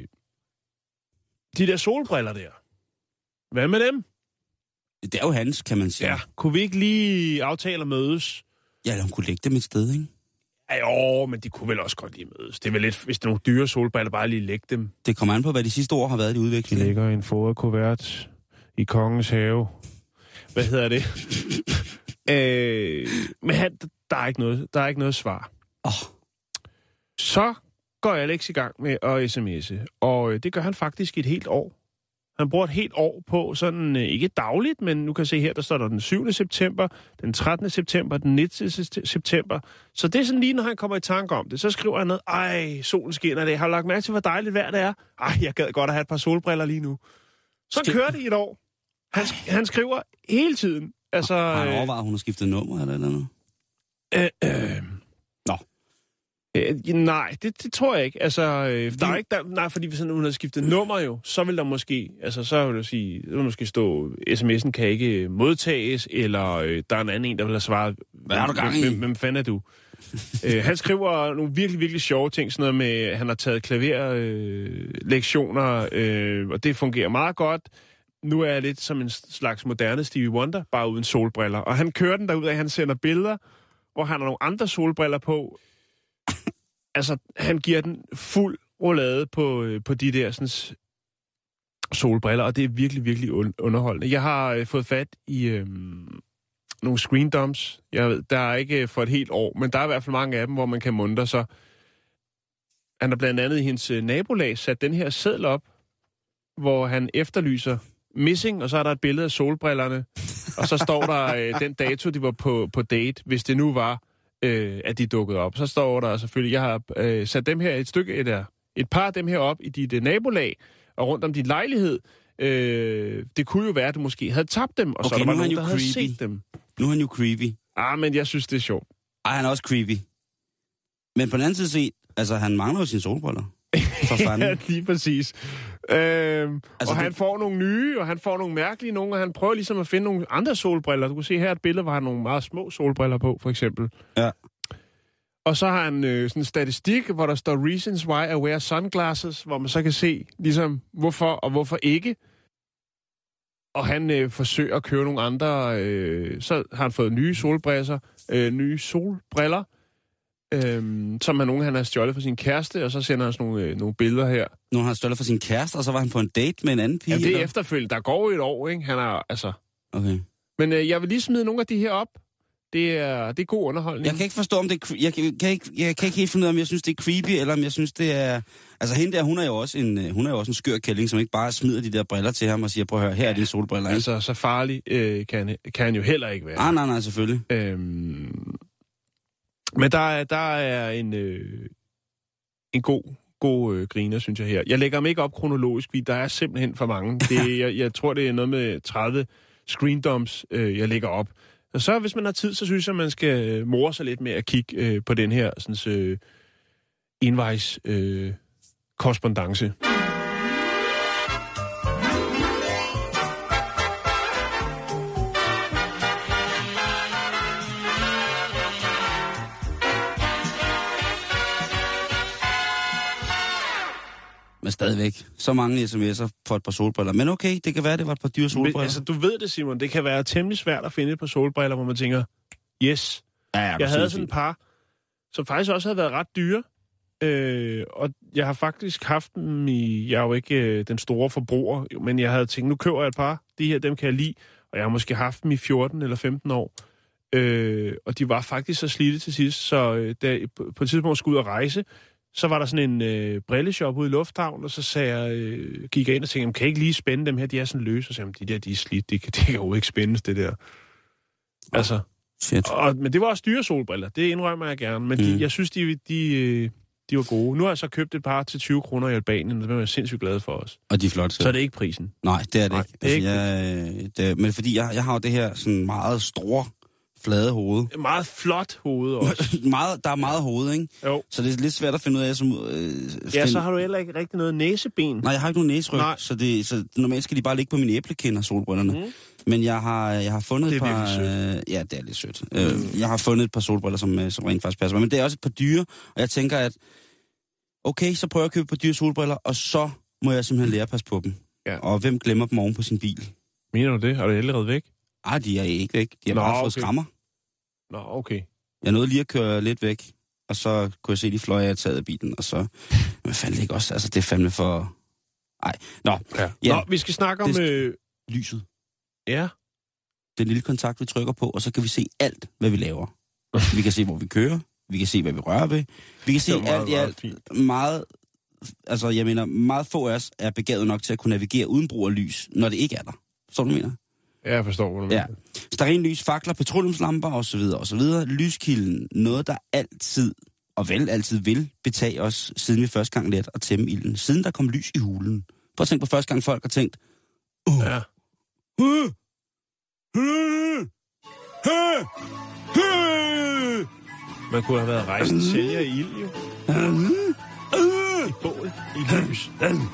de der solbriller der, hvad med dem? Det er jo hans, kan man sige. Ja, kunne vi ikke lige aftale at mødes? Ja, eller hun kunne lægge dem et sted, ikke? Ja, jo, men de kunne vel også godt lige mødes. Det er vel lidt, hvis det er nogle dyre solbriller, bare lige lægge dem. Det kommer an på, hvad de sidste år har været i De udviklingen. ligger i en foderkuvert i kongens have. Hvad hedder det? øh, men han, der er ikke noget, der er ikke noget svar. Oh, Så går Alex i gang med at sms'e, og øh, det gør han faktisk i et helt år. Han bruger et helt år på, sådan øh, ikke dagligt, men nu kan jeg se her, der står der den syvende september, den trettende september, den nittende september. Så det er sådan lige, når han kommer i tanke om det, så skriver han noget, ej, solen skinner det, har du lagt mærke til, hvor dejligt vejr det er? Ej, jeg gad godt at have et par solbriller lige nu. Så Skal- kører det i et år. Han, han skriver hele tiden. Altså, har han øh, overvejet, at hun har skiftet nummer eller eller noget? øh, øh, Nå. Øh, nej, det, det tror jeg ikke. Altså, øh, der er ikke der, nej, fordi hvis hun havde skiftet nummer jo, så vil der måske, altså så vil jeg sige, der vil måske stå, sms'en kan ikke modtages, eller øh, der er en anden en, der vil have svaret, Hvad har du gang i? Hvem, hvem fanden er du? øh, han skriver nogle virkelig, virkelig sjove ting, sådan noget med, at han har taget klaverlektioner, øh, lektioner, øh, og det fungerer meget godt. Nu er jeg lidt som en slags moderne Stevie Wonder, bare uden solbriller. Og han kører den derud af, han sender billeder, hvor han har nogle andre solbriller på. Altså, han giver den fuld roulade på, øh, på de der sådan, solbriller, og det er virkelig, virkelig un- underholdende. Jeg har øh, fået fat i øh, nogle screen dumps. Jeg ved, der er ikke for et helt år, men der er i hvert fald mange af dem, hvor man kan muntre sig. Han har blandt andet i hendes øh, nabolag sat den her seddel op, hvor han efterlyser missing, og så er der et billede af solbrillerne, og så står der øh, den dato, de var på, på date, hvis det nu var, øh, at de dukkede op. Så står der selvfølgelig, jeg har øh, sat dem her et stykke, et, et par af dem her op i dit øh, nabolag, og rundt om din lejlighed. Øh, det kunne jo være, at du måske havde tabt dem, og Okay, så er der nu var er han nogen, jo der havde creepy. set dem. Nu er han jo creepy. Ah, men jeg synes, det er sjovt. Ej, han er også creepy. Men på den anden side set, altså han mangler jo sine solbriller. For fanden. Ja, lige præcis. Øhm, Altså, og han det... får nogle nye, og han får nogle mærkelige nogle, og han prøver ligesom at finde nogle andre solbriller. Du kan se her et billede, hvor han har nogle meget små solbriller på, for eksempel. Ja. Og så har han øh, sådan en statistik, hvor der står reasons why I wear sunglasses, hvor man så kan se, ligesom, hvorfor og hvorfor ikke. Og han øh, forsøger at købe nogle andre, øh, så har han fået nye solbriller, øh, nye solbriller, Øhm, som er nogen, han har stjålet for sin kæreste, og så sender han sådan nogle, øh, nogle billeder her. Nu har han stjålet for sin kæreste, og så var han på en date med en anden pige? Jamen, det er eller? efterfølgende. Der går jo et år, ikke? Han er, altså... Okay. Men øh, jeg vil lige smide nogle af de her op. Det er, det er god underholdning. Jeg kan ikke forstå, om det er... Jeg kan, kan ikke, jeg kan ikke helt finde ud af, om jeg synes, det er creepy, eller om jeg synes, det er... Altså, hende der, hun er jo også en, hun er jo også en skør kælling, som ikke bare smider de der briller til ham og siger, prøv at høre, her er dine solbriller. Altså, så farlig øh, kan, kan han jo heller ikke være. Ah, nej, nej, selvfølgelig. Øhm... Men der er, der er en, øh, en god, god øh, griner, synes jeg her. Jeg lægger dem ikke op kronologisk, fordi der er simpelthen for mange. Det, jeg, jeg tror, det er noget med tredive screendumps, øh, jeg lægger op. Og så, hvis man har tid, så synes jeg, man skal more sig lidt med at kigge øh, på den her sådan, øh, envejs øh, korrespondance. Men stadigvæk. Så mange sms'er for et par solbriller. Men okay, det kan være, det var et par dyre solbriller. Men, altså, du ved det, Simon. Det kan være temmelig svært at finde et par solbriller, hvor man tænker, yes. Ja, ja, jeg havde sådan et par, som faktisk også havde været ret dyre. Øh, og jeg har faktisk haft dem i... Jeg er jo ikke øh, den store forbruger, men jeg havde tænkt, nu køber jeg et par. De her, dem kan jeg lide. Og jeg har måske haft dem i fjorten eller femten år. Øh, og de var faktisk så slidte til sidst, så øh, da, på, på et tidspunkt skulle ud og rejse, så var der sådan en øh, brilleshop ude i Lufthavn, og så sagde jeg, øh, gik jeg ind og tænkte, kan jeg ikke lige spænde dem her? De er sådan løse. Og så sagde jeg, de der, de er slidt. Det kan, det kan jo ikke spændes, det der. Altså. Shit. Og, men det var også dyre solbriller. Det indrømmer jeg gerne. Men de, mm. jeg synes, de, de, de var gode. Nu har jeg så købt et par til tyve kroner i Albanien, og det er jeg sindssygt glad for os. Og de er flotte. Så er det ikke prisen. Nej, det er det Nej, ikke. det er altså, ikke jeg, det, men fordi jeg, jeg har jo det her sådan meget store, flade hoved. Meget flot hoved også. meget, der er meget hoved, ikke? Jo. Så det er lidt svært at finde ud af. Som, øh, ja, find... så har du heller ikke rigtig noget næseben. Nej, jeg har ikke nogen næseryg, så, det, så normalt skal de bare ligge på mine æblekinder, solbrillerne. Mm. Men jeg har, jeg har fundet et par... Øh, ja, det er lidt sødt. Mm. Øh, jeg har fundet et par solbriller, som, som rent faktisk passer mig. Men det er også et par dyre, og jeg tænker, at okay, så prøver jeg at købe et par dyre solbriller, og så må jeg simpelthen lære at passe på dem. Ja. Og hvem glemmer dem oven på sin bil? Mener du det? Har du allerede væk? Ej, de er ikke væk. De har Nå, bare fået okay. skrammer. Nå, okay. Jeg nåede lige at køre lidt væk, og så kunne jeg se, de fløj af taget af bilen, og så... Men fandme ikke også, altså det er fandme for... Ej, nå. Ja. Ja. Nå, vi skal snakke om... Det... Øh... Lyset. Ja. Den lille kontakt, vi trykker på, og så kan vi se alt, hvad vi laver. Vi kan se, hvor vi kører. Vi kan se, hvad vi rører ved. Vi kan se meget, alt i alt meget, meget... Altså, jeg mener, meget få af os er begavet nok til at kunne navigere uden brug af lys, når det ikke er der. Forstår du, mener? Ja, jeg forstår, hvad du mener. Ja. Stearinlys, fakler, petroleumslamper osv. osv. Lyskilden, noget der altid, og vel altid vil, betage os, siden vi første gang lærte at tæmme ilden. Siden der kom lys i hulen. Prøv at tænke på første gang folk har tænkt, uh, Ja. uh, uh, uh, uh, Man kunne have været rejsende sælger i ild, jo. I bål, i lys.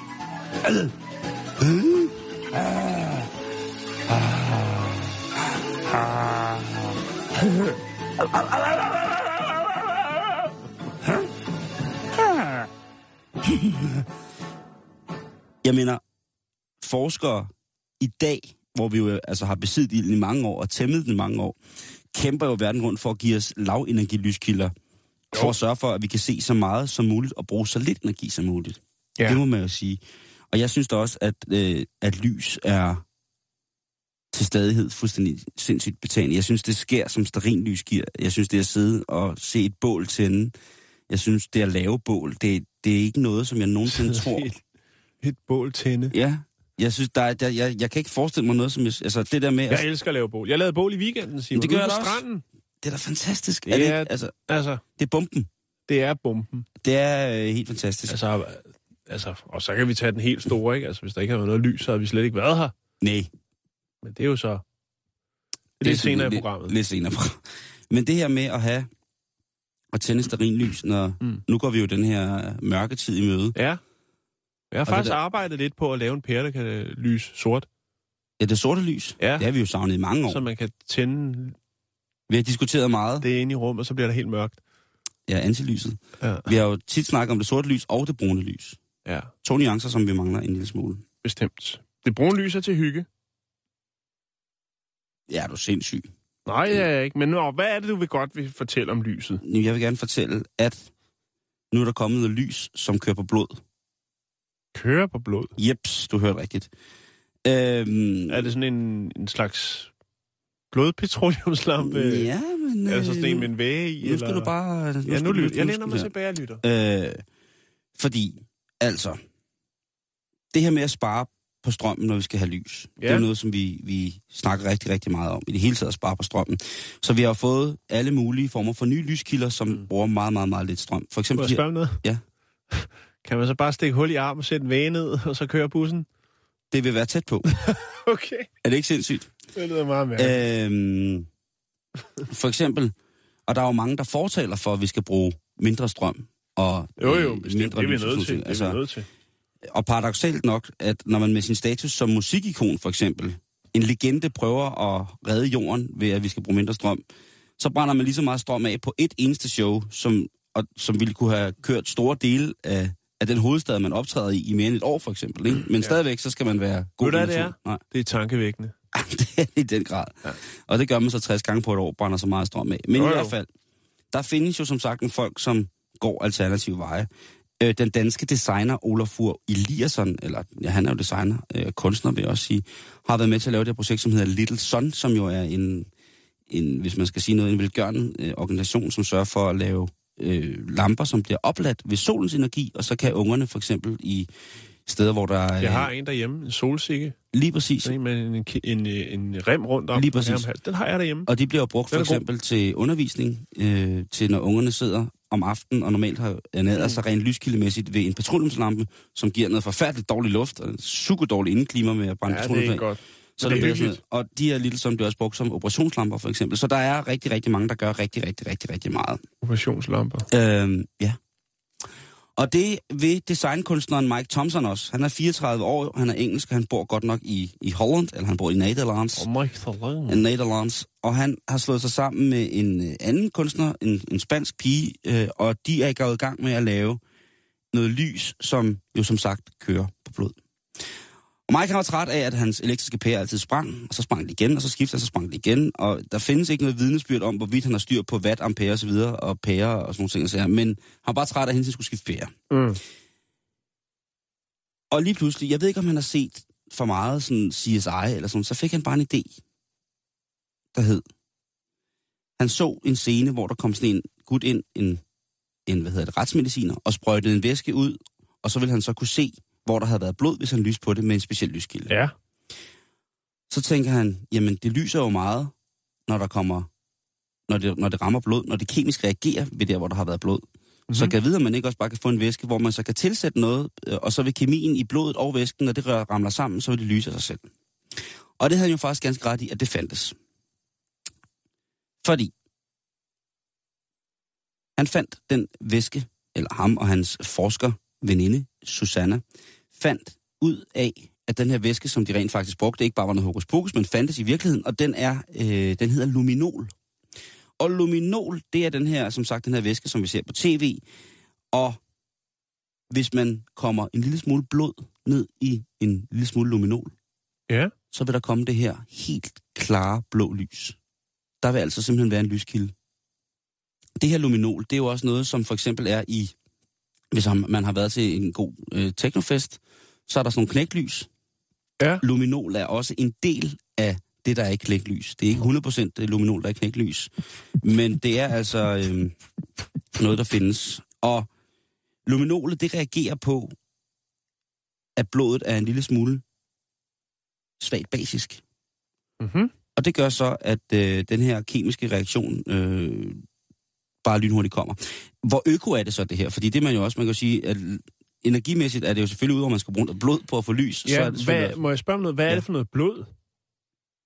Jeg mener, forskere i dag, hvor vi jo altså har besiddet ilden i mange år og tæmmet den i mange år, kæmper jo verden rundt for at give os lavenergilyskilder, for at sørge for, at vi kan se så meget som muligt og bruge så lidt energi som muligt. Ja. Det må man jo sige. Og jeg synes da også, at, øh, at lys er til stadighed fuldstændig sindssygt betagende. Jeg synes, det sker, som stearinlys giver. Jeg synes, det at sidde og se et bål tænde. Jeg synes, det at lave bål, det, det er ikke noget, som jeg nogensinde tror. Et, et bål tænde. Ja, jeg synes, der er, der, jeg, jeg kan ikke forestille mig noget, som jeg, altså det der med... Jeg altså, elsker at lave bål. Jeg lavede bål i weekenden, Simon. det gør jeg på da også. stranden. Det er da fantastisk. Ja, Er det ikke? Altså, altså, det er bomben. det er bomben. Det er øh, helt fantastisk. Altså, altså, og så kan vi tage den helt store, ikke? Altså, hvis der ikke havde været noget lys, så havde vi slet ikke været her. Nej. Men det er jo så... Det er lidt senere i programmet. Lidt senere. Men det her med at have at tænde stearinlys, når mm. nu går vi jo den her mørketid i møde. Ja. Jeg har faktisk der... arbejdet lidt på at lave en pære, der kan lyse sort. Ja, det sorte lys. Ja. Det har vi jo savnet i mange år. Så man kan tænde... Vi har diskuteret meget. Det er inde i rummet, og så bliver der helt mørkt. Ja, antilyset. Ja. Vi har jo tit snakket om det sorte lys og det brune lys. Ja. To nuancer, som vi mangler en lille smule. Bestemt. Det brune lys er til hygge. Ja, er du sindssyg. Nej, det er jeg ikke. Men nu, hvad er det, du vil godt vil fortælle om lyset? Jeg vil gerne fortælle, at nu er der kommet noget lys, som kører på blod. Kører på blod? Jeps, du hørte rigtigt. Øhm, er det sådan en, en slags blodpetroleumslampe? Ja, men... Er det så sådan en med en væge i? Nu skal eller? du bare... Nu ja, nu lytter. Jeg læner mig tilbage og lytter. Øh, fordi, altså... Det her med at spare på strømmen, når vi skal have lys, ja. Det er noget, som vi, vi snakker rigtig, rigtig meget om. I det hele taget at spare på strømmen. Så vi har fået alle mulige former for nye lyskilder, som mm. bruger meget, meget, meget lidt strøm. For eksempel... Må jeg spørge noget? Ja. Kan man så bare stikke hul i armen og sætte en væge ned, og så køre bussen? Det vil være tæt på. Okay. Er det ikke sindssygt? Det lyder meget mærkeligt. Øhm, for eksempel, og der er jo mange, der fortaler for, at vi skal bruge mindre strøm. Og, jo, jo, øh, bestemt. mindre Det er vi lys, nødt til. altså, Det er vi nødt til. Og paradoksalt nok, at når man med sin status som musikikon for eksempel, en legende prøver at redde jorden ved, at vi skal bruge mindre strøm, så brænder man lige så meget strøm af på et eneste show, som, og, som ville kunne have kørt store dele af, af den hovedstad, man optræder i, i mere end et år for eksempel. Ikke? Men ja. Stadigvæk, så skal man være god. Ved du, det er? Nej. Det er tankevækkende. Det er i den grad. Ja. Og det gør man så tres gange på et år, brænder så meget strøm af. Men jo, jo. I hvert fald, der findes jo som sagt en folk, som går alternative veje. Den danske designer Olafur Eliasson, eller ja, han er jo designer, øh, kunstner vil jeg også sige, har været med til at lave det her projekt, som hedder Little Sun, som jo er en, en hvis man skal sige noget, en velgørende øh, organisation, som sørger for at lave øh, lamper, som bliver opladt ved solens energi, og så kan ungerne for eksempel i steder, hvor der er... Jeg har en derhjemme, en solsikke. Lige præcis. En med en, en, en rem rundt om. Lige præcis. Den har jeg derhjemme. Og de bliver brugt for eksempel god. til undervisning, øh, til når ungerne sidder om aftenen, og normalt har ernæret sig rent lyskildemæssigt ved en petroleumslampe, som giver noget forfærdeligt dårlig luft, og super dårligt indeklima med at brænde ja, petroleum. Det er godt. Så det, det er sådan, og de er lidt som bliver også brugt som operationslamper for eksempel. Så der er rigtig, rigtig mange, der gør rigtig, rigtig, rigtig, rigtig meget. Operationslamper? Øhm, ja. Og det vil designkunstneren Mike Thompson også. Han er fireogtredive år, han er engelsk, og han bor godt nok i, i Holland, eller han bor i Nederlands. Oh, Mike Thompson. Nederlands. Og han har slået sig sammen med en anden kunstner, en, en spansk pige, øh, og de er gået i gang med at lave noget lys, som jo som sagt kører på blod. Og Mike var træt af, at hans elektriske pære altid sprang, og så sprang det igen, og så skiftede, og så sprang det igen. Og der findes ikke noget vidnesbyrd om, hvorvidt han har styr på watt, ampere og så videre, og pære og sådan nogle ting. Så men han var bare træt af, at han skulle skifte pære. Mm. Og lige pludselig, jeg ved ikke, om han har set for meget sådan C S I eller sådan, så fik han bare en idé, der hed. Han så en scene, hvor der kom sådan en gut ind, en, en hvad hedder det, retsmediciner, og sprøjtede en væske ud, og så ville han så kunne se, hvor der havde været blod, hvis han lyste på det med en speciel lyskilde. Ja. Så tænker han, jamen det lyser jo meget, når der kommer, når det, når det rammer blod, når det kemisk reagerer ved der, hvor der har været blod. Mm-hmm. Så kan jeg vide, at man ikke også bare kan få en væske, hvor man så kan tilsætte noget, og så vil kemien i blodet og væsken, når det ramler sammen, så vil det lyse af sig selv. Og det havde han jo faktisk ganske ret i, at det fandtes. Fordi han fandt den væske, eller ham og hans forsker, veninde, Susanna, fandt ud af, at den her væske, som de rent faktisk brugte, ikke bare var noget hokus pokus, men fandtes i virkeligheden, og den er, øh, den hedder luminol. Og luminol, det er den her, som sagt, den her væske, som vi ser på tv, og hvis man kommer en lille smule blod ned i en lille smule luminol, ja. Så vil der komme det her helt klare blå lys. Der vil altså simpelthen være en lyskilde. Det her luminol, det er jo også noget, som for eksempel er i, hvis man har været til en god øh, teknofest, så er der sådan nogle knæklys. Ja. Luminol er også en del af det, der er ikke knæklys. Det er ikke hundrede procent luminol, der er knæklys. Men det er altså øh, noget, der findes. Og luminolet, det reagerer på, at blodet er en lille smule svagt basisk. Mm-hmm. Og det gør så, at øh, den her kemiske reaktion øh, bare lynhurtigt kommer. Hvor øko er det så, det her? Fordi det man jo også, man kan sige, at energimæssigt er det jo selvfølgelig ud, hvor man skal bruge noget blod på at få lys. Ja, så er det hvad, må jeg spørge om noget? Hvad ja. er det for noget blod?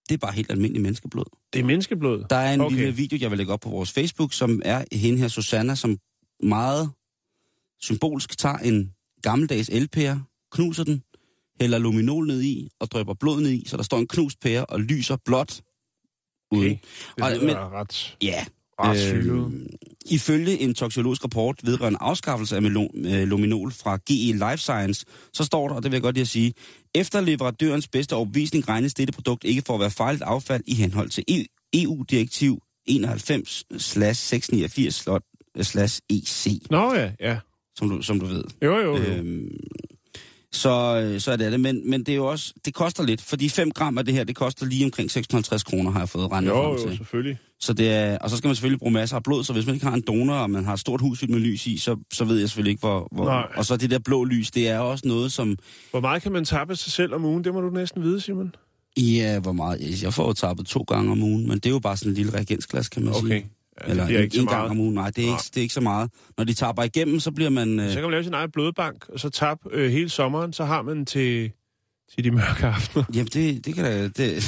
Det er bare helt almindelig menneskeblod. Det er menneskeblod? Der er en okay. lille video, jeg vil lægge op på vores Facebook, som er hende her, Susanna, som meget symbolsk tager en gammeldags elpære, knuser den, hælder luminol ned i og drypper blod ned i, så der står en knust pære og lyser blåt ud. Okay. Det og, men, ret, ja, ret øh, ifølge en toksologisk rapport vedrørende afskaffelse af luminol fra G E Life Science, så står der, og det vil jeg godt lige at sige, efter leverandørens bedste overbevisning regnes dette produkt ikke for at være farligt affald i henhold til E U-direktiv enoghalvfems seks niogfirs E C. Nå ja, ja. Som du, som du ved. Jo, jo, jo. Øhm, så, så er det det, men, men det er jo også, det koster lidt, fordi fem gram af det her, det koster lige omkring seks hundrede og halvtreds kroner, har jeg fået regnet frem til. Jo, jo, selvfølgelig. Så det er, og så skal man selvfølgelig bruge masser af blod, så hvis man ikke har en donor, og man har et stort hus fyldt med lys i, så, så ved jeg selvfølgelig ikke, hvor... hvor og så det der blå lys, det er også noget, som... Hvor meget kan man tappe sig selv om ugen? Det må du næsten vide, Simon. Ja, hvor meget... Jeg får jo tappet to gange om ugen, men det er jo bare sådan en lille reagensglas, kan man okay. sige. Ja, eller det ikke en, så en gang om ugen. Nej, det er, ikke, det er ikke så meget. Når de tapper igennem, så bliver man... Øh... Så kan man lave sin egen blodbank, og så tappe øh, hele sommeren, så har man til, til de mørke aftener. Jamen, det, det kan da... Det...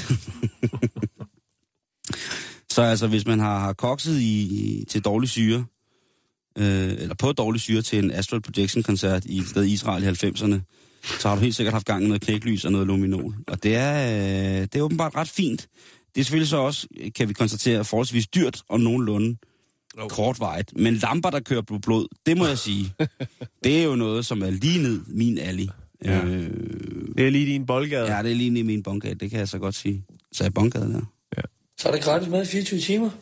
Så altså, hvis man har, har kokset i, til dårlig syre, øh, eller på dårlig syre til en Astral Projection-koncert i et sted i Israel i halvfemserne, så har du helt sikkert haft gang i noget knæklys og noget luminol. Og det er, øh, det er åbenbart ret fint. Det er selvfølgelig så også, kan vi konstatere, forholdsvis dyrt og nogenlunde okay. kortvarigt. Men lamper, der kører på blod, det må jeg sige, det er jo noget, som er lige ned min alley. Ja. Øh, det er lige din boldgade. Ja, det er lige ned min boldgade, det kan jeg så godt sige. Så er boldgade der. Ja. Så er det gratis med fireogtyve timer.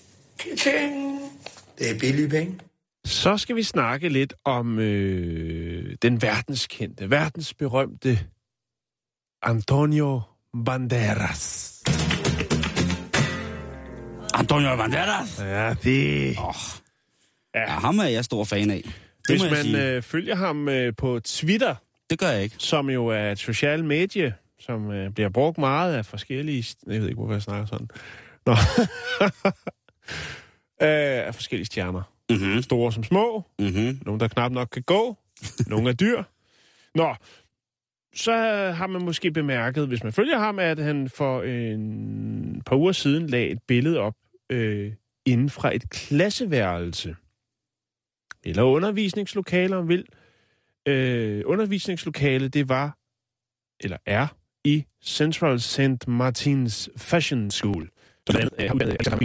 Det er billige penge. Så skal vi snakke lidt om øh, den verdenskendte, verdensberømte Antonio Banderas. Antonio Banderas? Ja, det... Oh. Ja. ja, ham er jeg stor fan af. Det Hvis man øh, følger ham øh, på Twitter... Det gør jeg ikke. Som jo er et socialt medie, som øh, bliver brugt meget af forskellige... Jeg ved ikke, hvorfor jeg snakker sådan. Nå. øh, af forskellige stjerner. Mm-hmm. Store som små. Mm-hmm. Nogle, der knap nok kan gå. Nogle er dyr. Nå, så har man måske bemærket, hvis man følger ham, at han for en par uger siden lagde et billede op øh, inden fra et klasseværelse. Eller undervisningslokaler, om vil. Øh, undervisningslokale, det var, eller er, i Central Saint Martins Fashion School. Så det er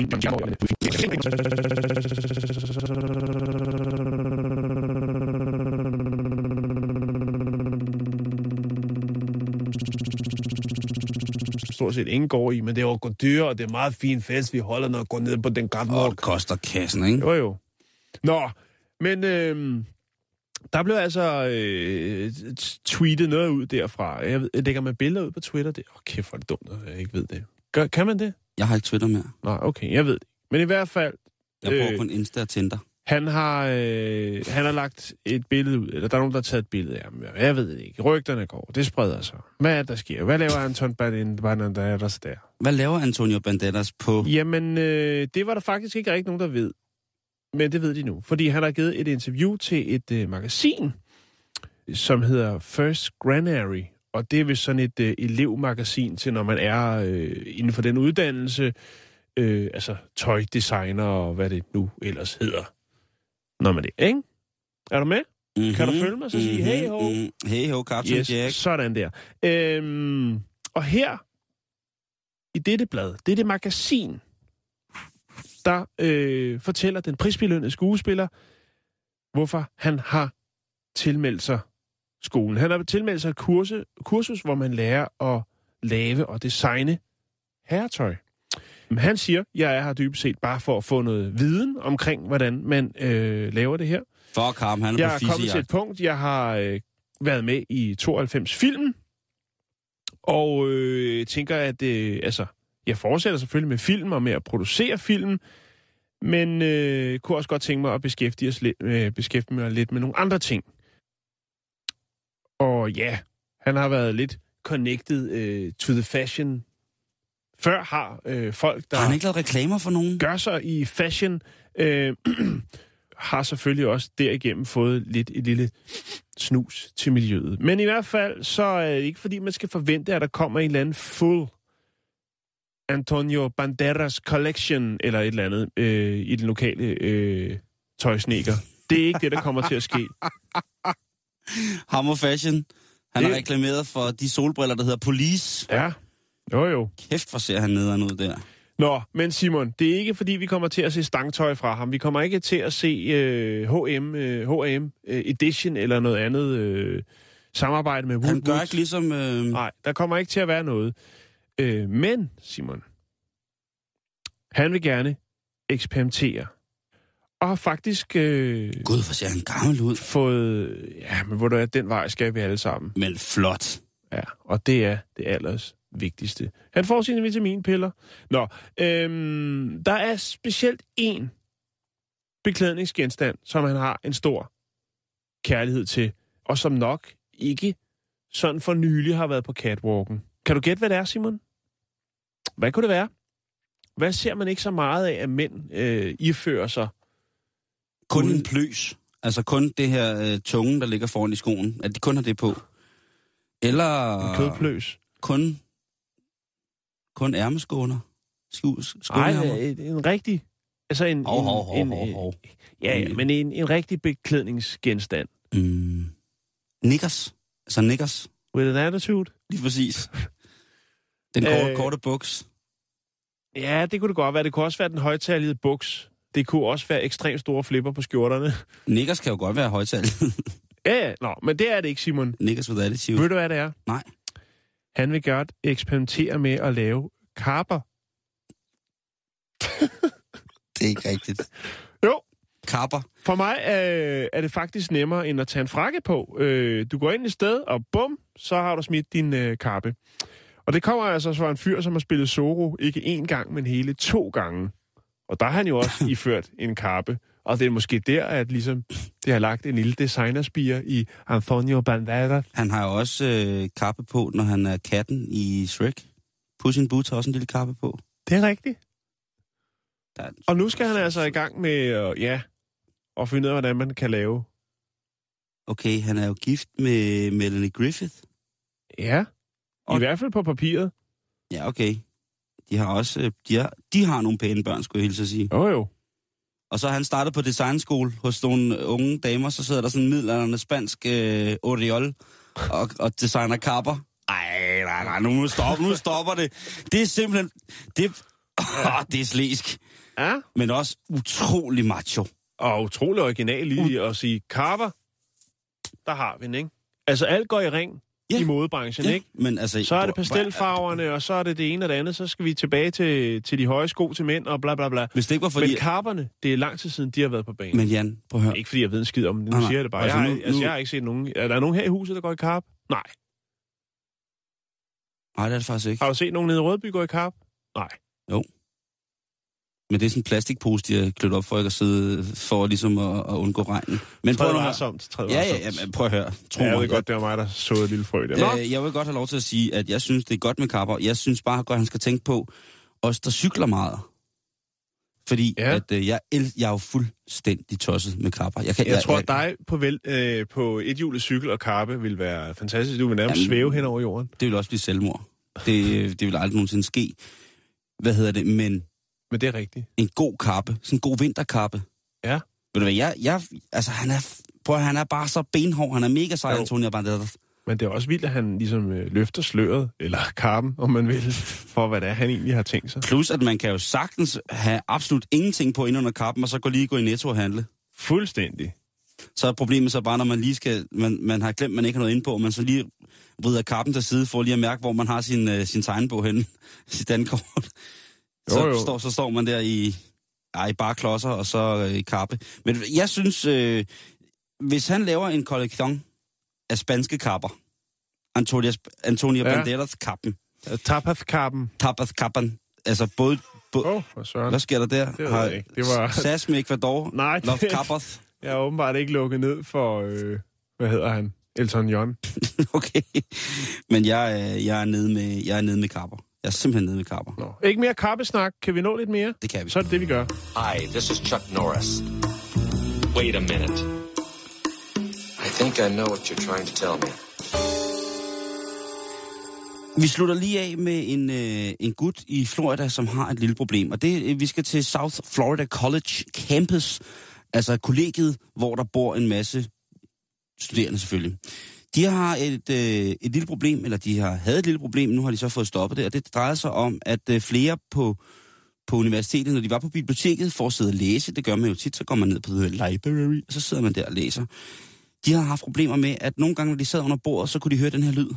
stort set ingen går i, men det er jo godt dyre, og det er meget fin fest, vi holder, når vi går ned på den gamle. Og det koster kassen, ikke? Jo, jo. Nå, men øh, der blev altså øh, tweetet noget ud derfra. Jeg, ved, jeg lægger med billeder ud på Twitter. Det, åh, kæft, hvor er det dumt, at jeg ikke ved det. Gør, kan man det? Jeg har ikke Twitter mere. Nå, okay, jeg ved det. Men i hvert fald... Jeg bruger øh, kun Insta og Tinder. Han har, øh, han har lagt et billede ud, eller der er nogen, der har taget et billede af ham. Jeg ved det ikke. Rygterne går. Det spreder sig. Hvad er der sker? Hvad laver Anton Banderas der? Hvad laver Antonio Banderas på? Jamen, øh, det var der faktisk ikke rigtig nogen, der ved. Men det ved de nu. Fordi han har givet et interview til et øh, magasin, som hedder First Granary. Og det er vist sådan et øh, elevmagasin til, når man er øh, inden for den uddannelse. Øh, altså tøjdesigner og hvad det nu ellers hedder. Når man det, ikke? Er du med? Mm-hmm. Kan du følge mig? Så sige, mm-hmm. hey ho. Mm-hmm. Hey ho, Captain yes, Jack. Sådan der. Øhm, og her, i dette blad, det er det magasin, der øh, fortæller den prisbelønnede skuespiller, hvorfor han har tilmeldt sig skolen. Han har tilmeldt sig et kurse, kursus, hvor man lærer at lave og designe herretøj. Han siger, jeg er her dybest set bare for at få noget viden omkring, hvordan man øh, laver det her. Fuck ham, han er jeg på er kommet til et punkt, jeg har øh, været med i tooghalvfems film, og øh, tænker, at øh, altså, jeg fortsætter selvfølgelig med film og med at producere film, men øh, kunne også godt tænke mig at beskæftige, os lidt, øh, beskæftige mig lidt med nogle andre ting. Og ja, han har været lidt connected øh, to the fashion. Før har øh, folk, der... Har han ikke lavet reklamer for nogen? Gør sig i fashion, øh, har selvfølgelig også derigennem fået lidt et lille snus til miljøet. Men i hvert fald, så er det ikke fordi, man skal forvente, at der kommer en eller anden full Antonio Banderas Collection, eller et eller andet, øh, i den lokale øh, tøjsneker. Det er ikke det, der kommer til at ske. Hammer Fashion. Han det... har reklameret for de solbriller, der hedder Police. Ja, jo jo. Kæft, hvor ser han nederen ud der. Nå, men Simon, det er ikke fordi, vi kommer til at se stangtøj fra ham. Vi kommer ikke til at se øh, H og M, øh, H og M øh, Edition eller noget andet øh, samarbejde med Wood. Han gør ikke ligesom... Øh... Nej, der kommer ikke til at være noget. Øh, men, Simon, han vil gerne eksperimentere. Og har faktisk... Øh, Gud, hvor ser han gammel ud. Fået... Ja, men hvor du er, den vej skal vi alle sammen. Men flot. Ja, og det er det allers vigtigste. Han får sine vitaminpiller. Nå, øhm, der er specielt én beklædningsgenstand, som han har en stor kærlighed til, og som nok ikke sådan for nylig har været på catwalken. Kan du gætte, hvad det er, Simon? Hvad kunne det være? Hvad ser man ikke så meget af, at mænd øh, ifører sig? Kun uden... en pløs. Altså kun det her øh, tunge, der ligger foran i skoen. At de kun har det på. Eller... En kødpløs. Kun... Kun ærmeskåner. Nej, en, en rigtig... Altså en... Hov, hov, hov, en, hov, hov. Ja, ja, men en, en rigtig beklædningsgenstand. Mm. Nikkers. Altså nikkers. With an attitude. Lige præcis. Den korte, øh, korte buks. Ja, det kunne det godt være. Det kunne også være den højtalede buks. Det kunne også være ekstremt store flipper på skjorterne. Nikkers kan jo godt være højtalede. Ja, nå, men det er det ikke, Simon. Nikkers with attitude. Ved du, hvad det er? Nej. Han vil godt eksperimentere med at lave karper. Det er ikke rigtigt. Jo. Karper. For mig øh, er det faktisk nemmere, end at tage en frakke på. Øh, du går ind i sted, og bum, så har du smidt din øh, karpe. Og det kommer altså fra en fyr, som har spillet Zorro ikke én gang, men hele to gange. Og der har han jo også iført en karpe. Og det er måske der, at ligesom, det har lagt en lille designerspire i Antonio Banderas. Han har jo også øh, kappe på, når han er katten i Shrek. Puss in Boots har også en lille kappe på. Det er rigtigt. Der... Og nu skal han altså i gang med, øh, ja, at finde ud af, hvordan man kan lave. Okay, han er jo gift med Melanie Griffith. Ja, og... i hvert fald på papiret. Ja, okay. De har også, de har, de har nogle pæne børn, skulle jeg hilse at sige. Jo jo. Og så har han startet på designskole hos nogle unge damer, så sidder der sådan en middelalderne spansk øh, Oriol og, og designer kapper. Ej, nej, nej, nu stopper, nu stopper det. Det er simpelthen, det, åh, det er slæsk. Ja. Men også utrolig macho. Og utrolig original lige at sige, karper, der har vi den, ikke? Altså alt går i ring. Ja. I modebranchen, ja, ikke? Men altså, så er det pastelfarverne, og så er det det ene og det andet. Så skal vi tilbage til, til de høje sko til mænd, og bla bla bla. Hvis det ikke var fordi... Men karperne, det er lang tid siden, de har været på banen. Men Jan, prøv at høre. Ikke fordi jeg ved en skid om det, nu nej, siger jeg det bare. Altså, jeg, nu, har, altså, nu... jeg har ikke set nogen... Er der nogen her i huset, der går i karp? Nej. Nej, det er det faktisk ikke. Har du set nogen nede i Rødby gå i karp? Nej. Jo. Men det er sådan en plastikpose, de har klødt op for ikke at sidde for ligesom at, at undgå regnen. Men prøv at høre. Ja, ja, ja, prøv at høre. Tro ja, jeg mig, ved godt, det var mig, der så et lille frø der. Øh, jeg vil godt have lov til at sige, at jeg synes, det er godt med kapper. Jeg synes bare godt, han skal tænke på os, der cykler meget. Fordi ja. at, øh, jeg, el, jeg er jo fuldstændig tosset med kapper. Jeg, kan, jeg, jeg tror, jeg, at dig på, vel, øh, på ethjulet cykel og karpe vil være fantastisk. Du vil nærmest jamen, svæve hen over jorden. Det vil også blive selvmord. Det, det vil aldrig nogensinde ske. Hvad hedder det? Men... Men det er rigtigt. En god kappe. Sådan en god vinterkappe. Ja. Ved du hvad, jeg... jeg altså, han er, prøv, han er bare så benhård. Han er mega sej, Antonio Banderas. Men det er også vildt, at han ligesom øh, løfter sløret, eller kappen, om man vil, for hvad det er, han egentlig har tænkt sig. Plus, at man kan jo sagtens have absolut ingenting på ind under kappen, og så gå lige gå i Netto og handle. Fuldstændig. Så er problemet så bare, når man lige skal... Man, man har glemt, man ikke har noget inde på, og man så lige vrider kappen til side, for lige at mærke, hvor man har sin, øh, sin tegnbog henne. Sit dankort. Så, jo, jo. Står, så står man der i, ej, bare klodser og så øh, i kappe. Men jeg synes, øh, hvis han laver en kollektion af spanske kapper, Antonio, Antonio ja. Banderas kappen. Tapas-kappen. Tapas-kappen. Altså både... Bo, oh, hvad, hvad sker der der? Det ved jeg ikke. Det var... S A S med Ecuador. Nej, Love Kappers. Jeg har åbenbart ikke lukket ned for, øh, hvad hedder han? Elton John. Okay. Men jeg, jeg, er nede med, jeg er nede med kapper. Jeg er simpelthen nede med kapper. Nå. Ikke mere kappesnak. Kan vi nå lidt mere? Det kan vi. Så er det det, vi gør. Hi, this is Chuck Norris. Wait a minute. I think I know what you're trying to tell me. Vi slutter lige af med en, øh, en gut i Florida, som har et lille problem. Og det, vi skal til South Florida College Campus, altså kollegiet, hvor der bor en masse studerende selvfølgelig. De har et, øh, et lille problem, eller de har havde et lille problem, nu har de så fået stoppet det, og det drejer sig om, at øh, flere på, på universitetet, når de var på biblioteket for at sidde og læse, det gør man jo tit, så går man ned på det library, og så sidder man der og læser. De har haft problemer med, at nogle gange, når de sad under bordet, så kunne de høre den her lyd.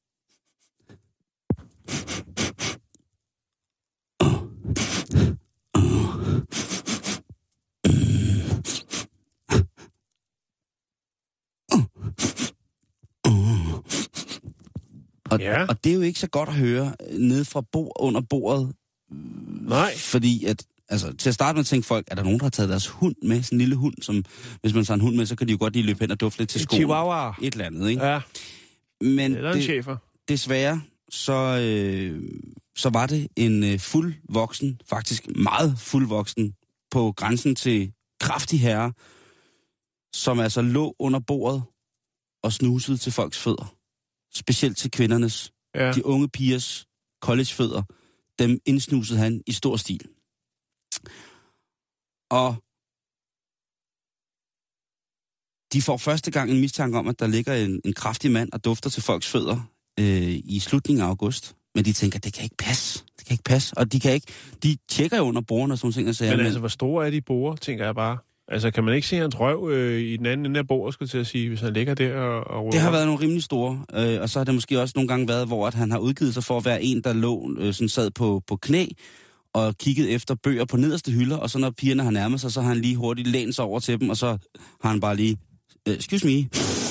Og, ja. og det er jo ikke så godt at høre nede fra bord, under bordet. Nej. Fordi at, altså, til at starte med tænke folk, er der nogen, der har taget deres hund med? Sådan en lille hund, som hvis man tager en hund med, så kan de jo godt lige løbe hen og dufte lidt til skolen. Chihuahua. Et eller andet, ikke? Ja. Men eller en det, chefer. Desværre, så, øh, så var det en øh, fuldvoksen, faktisk meget fuldvoksen, på grænsen til kraftig herre, som altså lå under bordet og snusede til folks fødder. Specielt til kvindernes, ja. De unge pigers collegefødder, dem indsnusede han i stor stil. Og de får første gang en mistanke om, at der ligger en, en kraftig mand og dufter til folks fødder øh, i slutningen af august. Men de tænker, det kan ikke passe. Det kan ikke passe. Og de kan ikke, de tjekker jo under bordene og sådan ting. Og siger, men, men altså, hvor store er de borer, tænker jeg bare. Altså, kan man ikke se hans røv øh, i den anden ende af bordet, skulle til at sige, hvis han ligger der og... og det har været nogle rimelig store, øh, og så har det måske også nogle gange været, hvor at han har udgivet sig for at være en, der lå, øh, sådan sad på, på knæ, og kiggede efter bøger på nederste hylder, og så når pigerne har nærmet sig, så har han lige hurtigt lænet sig over til dem, og så har han bare lige... Øh, excuse me.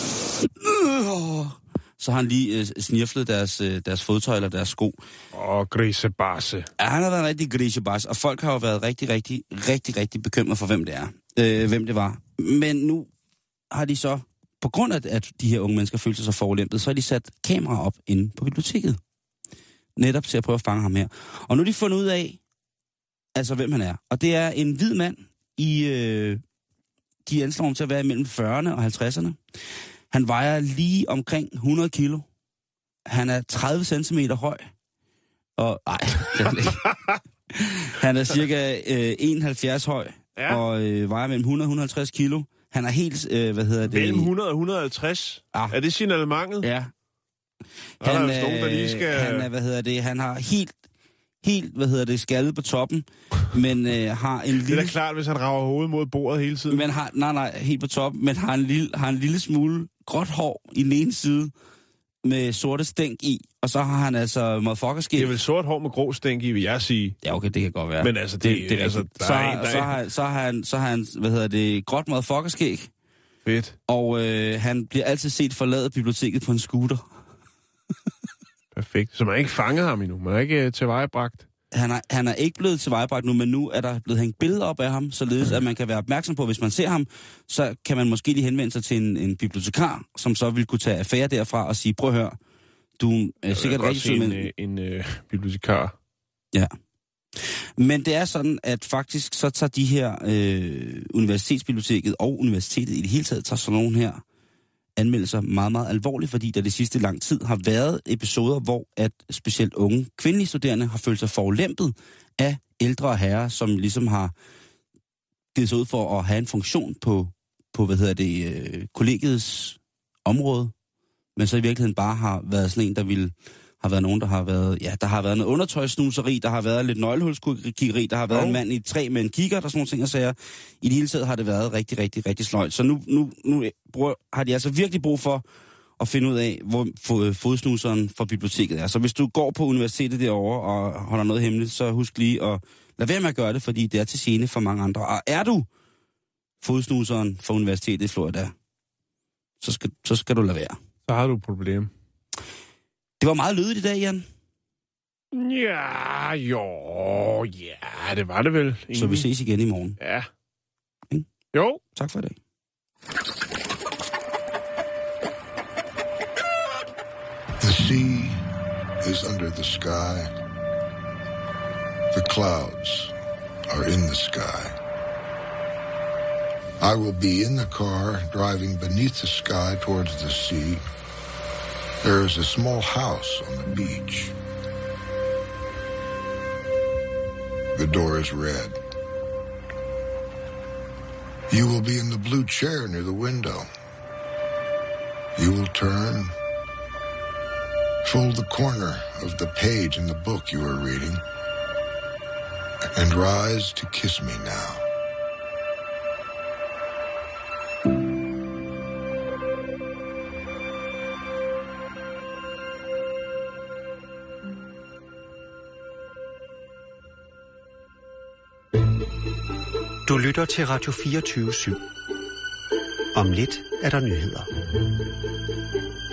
Så har han lige øh, snirflet deres, øh, deres fodtøj eller deres sko. Åh, oh, grisebasse. Ja, han har været rigtig grisebasse, og folk har jo været rigtig, rigtig, rigtig, rigtig bekymret for, hvem det er. Øh, hvem det var. Men nu har de så, på grund af, at de her unge mennesker følte sig så forulempet, så har de sat kameraer op inde på biblioteket. Netop til at prøve at fange ham her. Og nu har de fundet ud af, altså hvem han er. Og det er en hvid mand i, øh, de anslår ham til at være mellem fyrrerne og halvtredserne. Han vejer lige omkring hundrede kilo. Han er tredive centimeter høj. Og, nej, det er ikke. Han er cirka øh, enoghalvfjerds høj. Ja. Og øh, vejer mellem hundrede og hundrede og halvtreds kilo. Han er helt, øh, hvad hedder det? Mellem hundrede og hundrede og halvtreds? Ah. Er det signalementet? Ja. Han, han, er, nogen, der lige skal... han er, hvad hedder det, han har helt, helt, hvad hedder det, skaldet på toppen, men øh, har en lille... Det er da klart, hvis han rager hovedet mod bordet hele tiden. Men har, nej, nej, helt på toppen, men har en lille, har en lille smule gråt hår i den ene side, med sorte stænk i, og så har han altså motherfuckerskæg. Det er vel sort hår med grå stænk i, vil jeg sige. Ja, okay, det kan godt være. Men altså, det, det, det er altså, så, en, så, har, så, har han, så har han, hvad hedder det, gråt motherfuckerskæg. Fedt. Og øh, han bliver altid set forlade biblioteket på en scooter. Perfekt. Så man har ikke fanget ham endnu. Man er ikke uh, tilvejebragt. Han er, han er ikke blevet tilvejebragt nu, men nu er der blevet hængt billeder op af ham, således at man kan være opmærksom på, hvis man ser ham, så kan man måske lige henvende sig til en, en bibliotekar, som så vil kunne tage affære derfra og sige, prøv at høre, du er sikkert rigtig sød, men... en, en øh, bibliotekar. Ja. Men det er sådan, at faktisk så tager de her øh, universitetsbiblioteket og universitetet i det hele taget, tager sådan nogle her anmeldelser meget, meget alvorligt, fordi der det sidste lang tid har været episoder, hvor at specielt unge kvindelige studerende har følt sig forulempet af ældre herrer, som ligesom har givet sig ud for at have en funktion på, på hvad hedder det, øh, kollegiets område, men så i virkeligheden bare har været sådan en, der ville har været nogen, der har været, ja, der har været noget undertøjsnuseri, der har været lidt nøglehulskiggeri, der har været oh. en mand i et træ med en kigger, der sådan nogle ting, og sager. I det hele taget har det været rigtig, rigtig, rigtig sløjt. Så nu, nu, nu bruger, har de altså virkelig brug for at finde ud af, hvor fodsnuseren for biblioteket er. Så hvis du går på universitetet derovre og holder noget hemmeligt, så husk lige at lade være med at gøre det, fordi det er til gene for mange andre. Og er du fodsnuseren for universitetet i Florida, så skal, så skal du lade være. Så har du et problem. Det var meget lydigt i dag, Jan. Ja, jo, ja, det var det vel. Ingen... Så vi ses igen i morgen. Ja. Mm. Jo. Tak for i dag. The sea is under the sky. The clouds are in the sky. I will be in the car driving beneath the sky towards the sea. There is a small house on the beach. The door is red. You will be in the blue chair near the window. You will turn, fold the corner of the page in the book you are reading, and rise to kiss me now. Du lytter til Radio fireogtyve syv. Om lidt er der nyheder.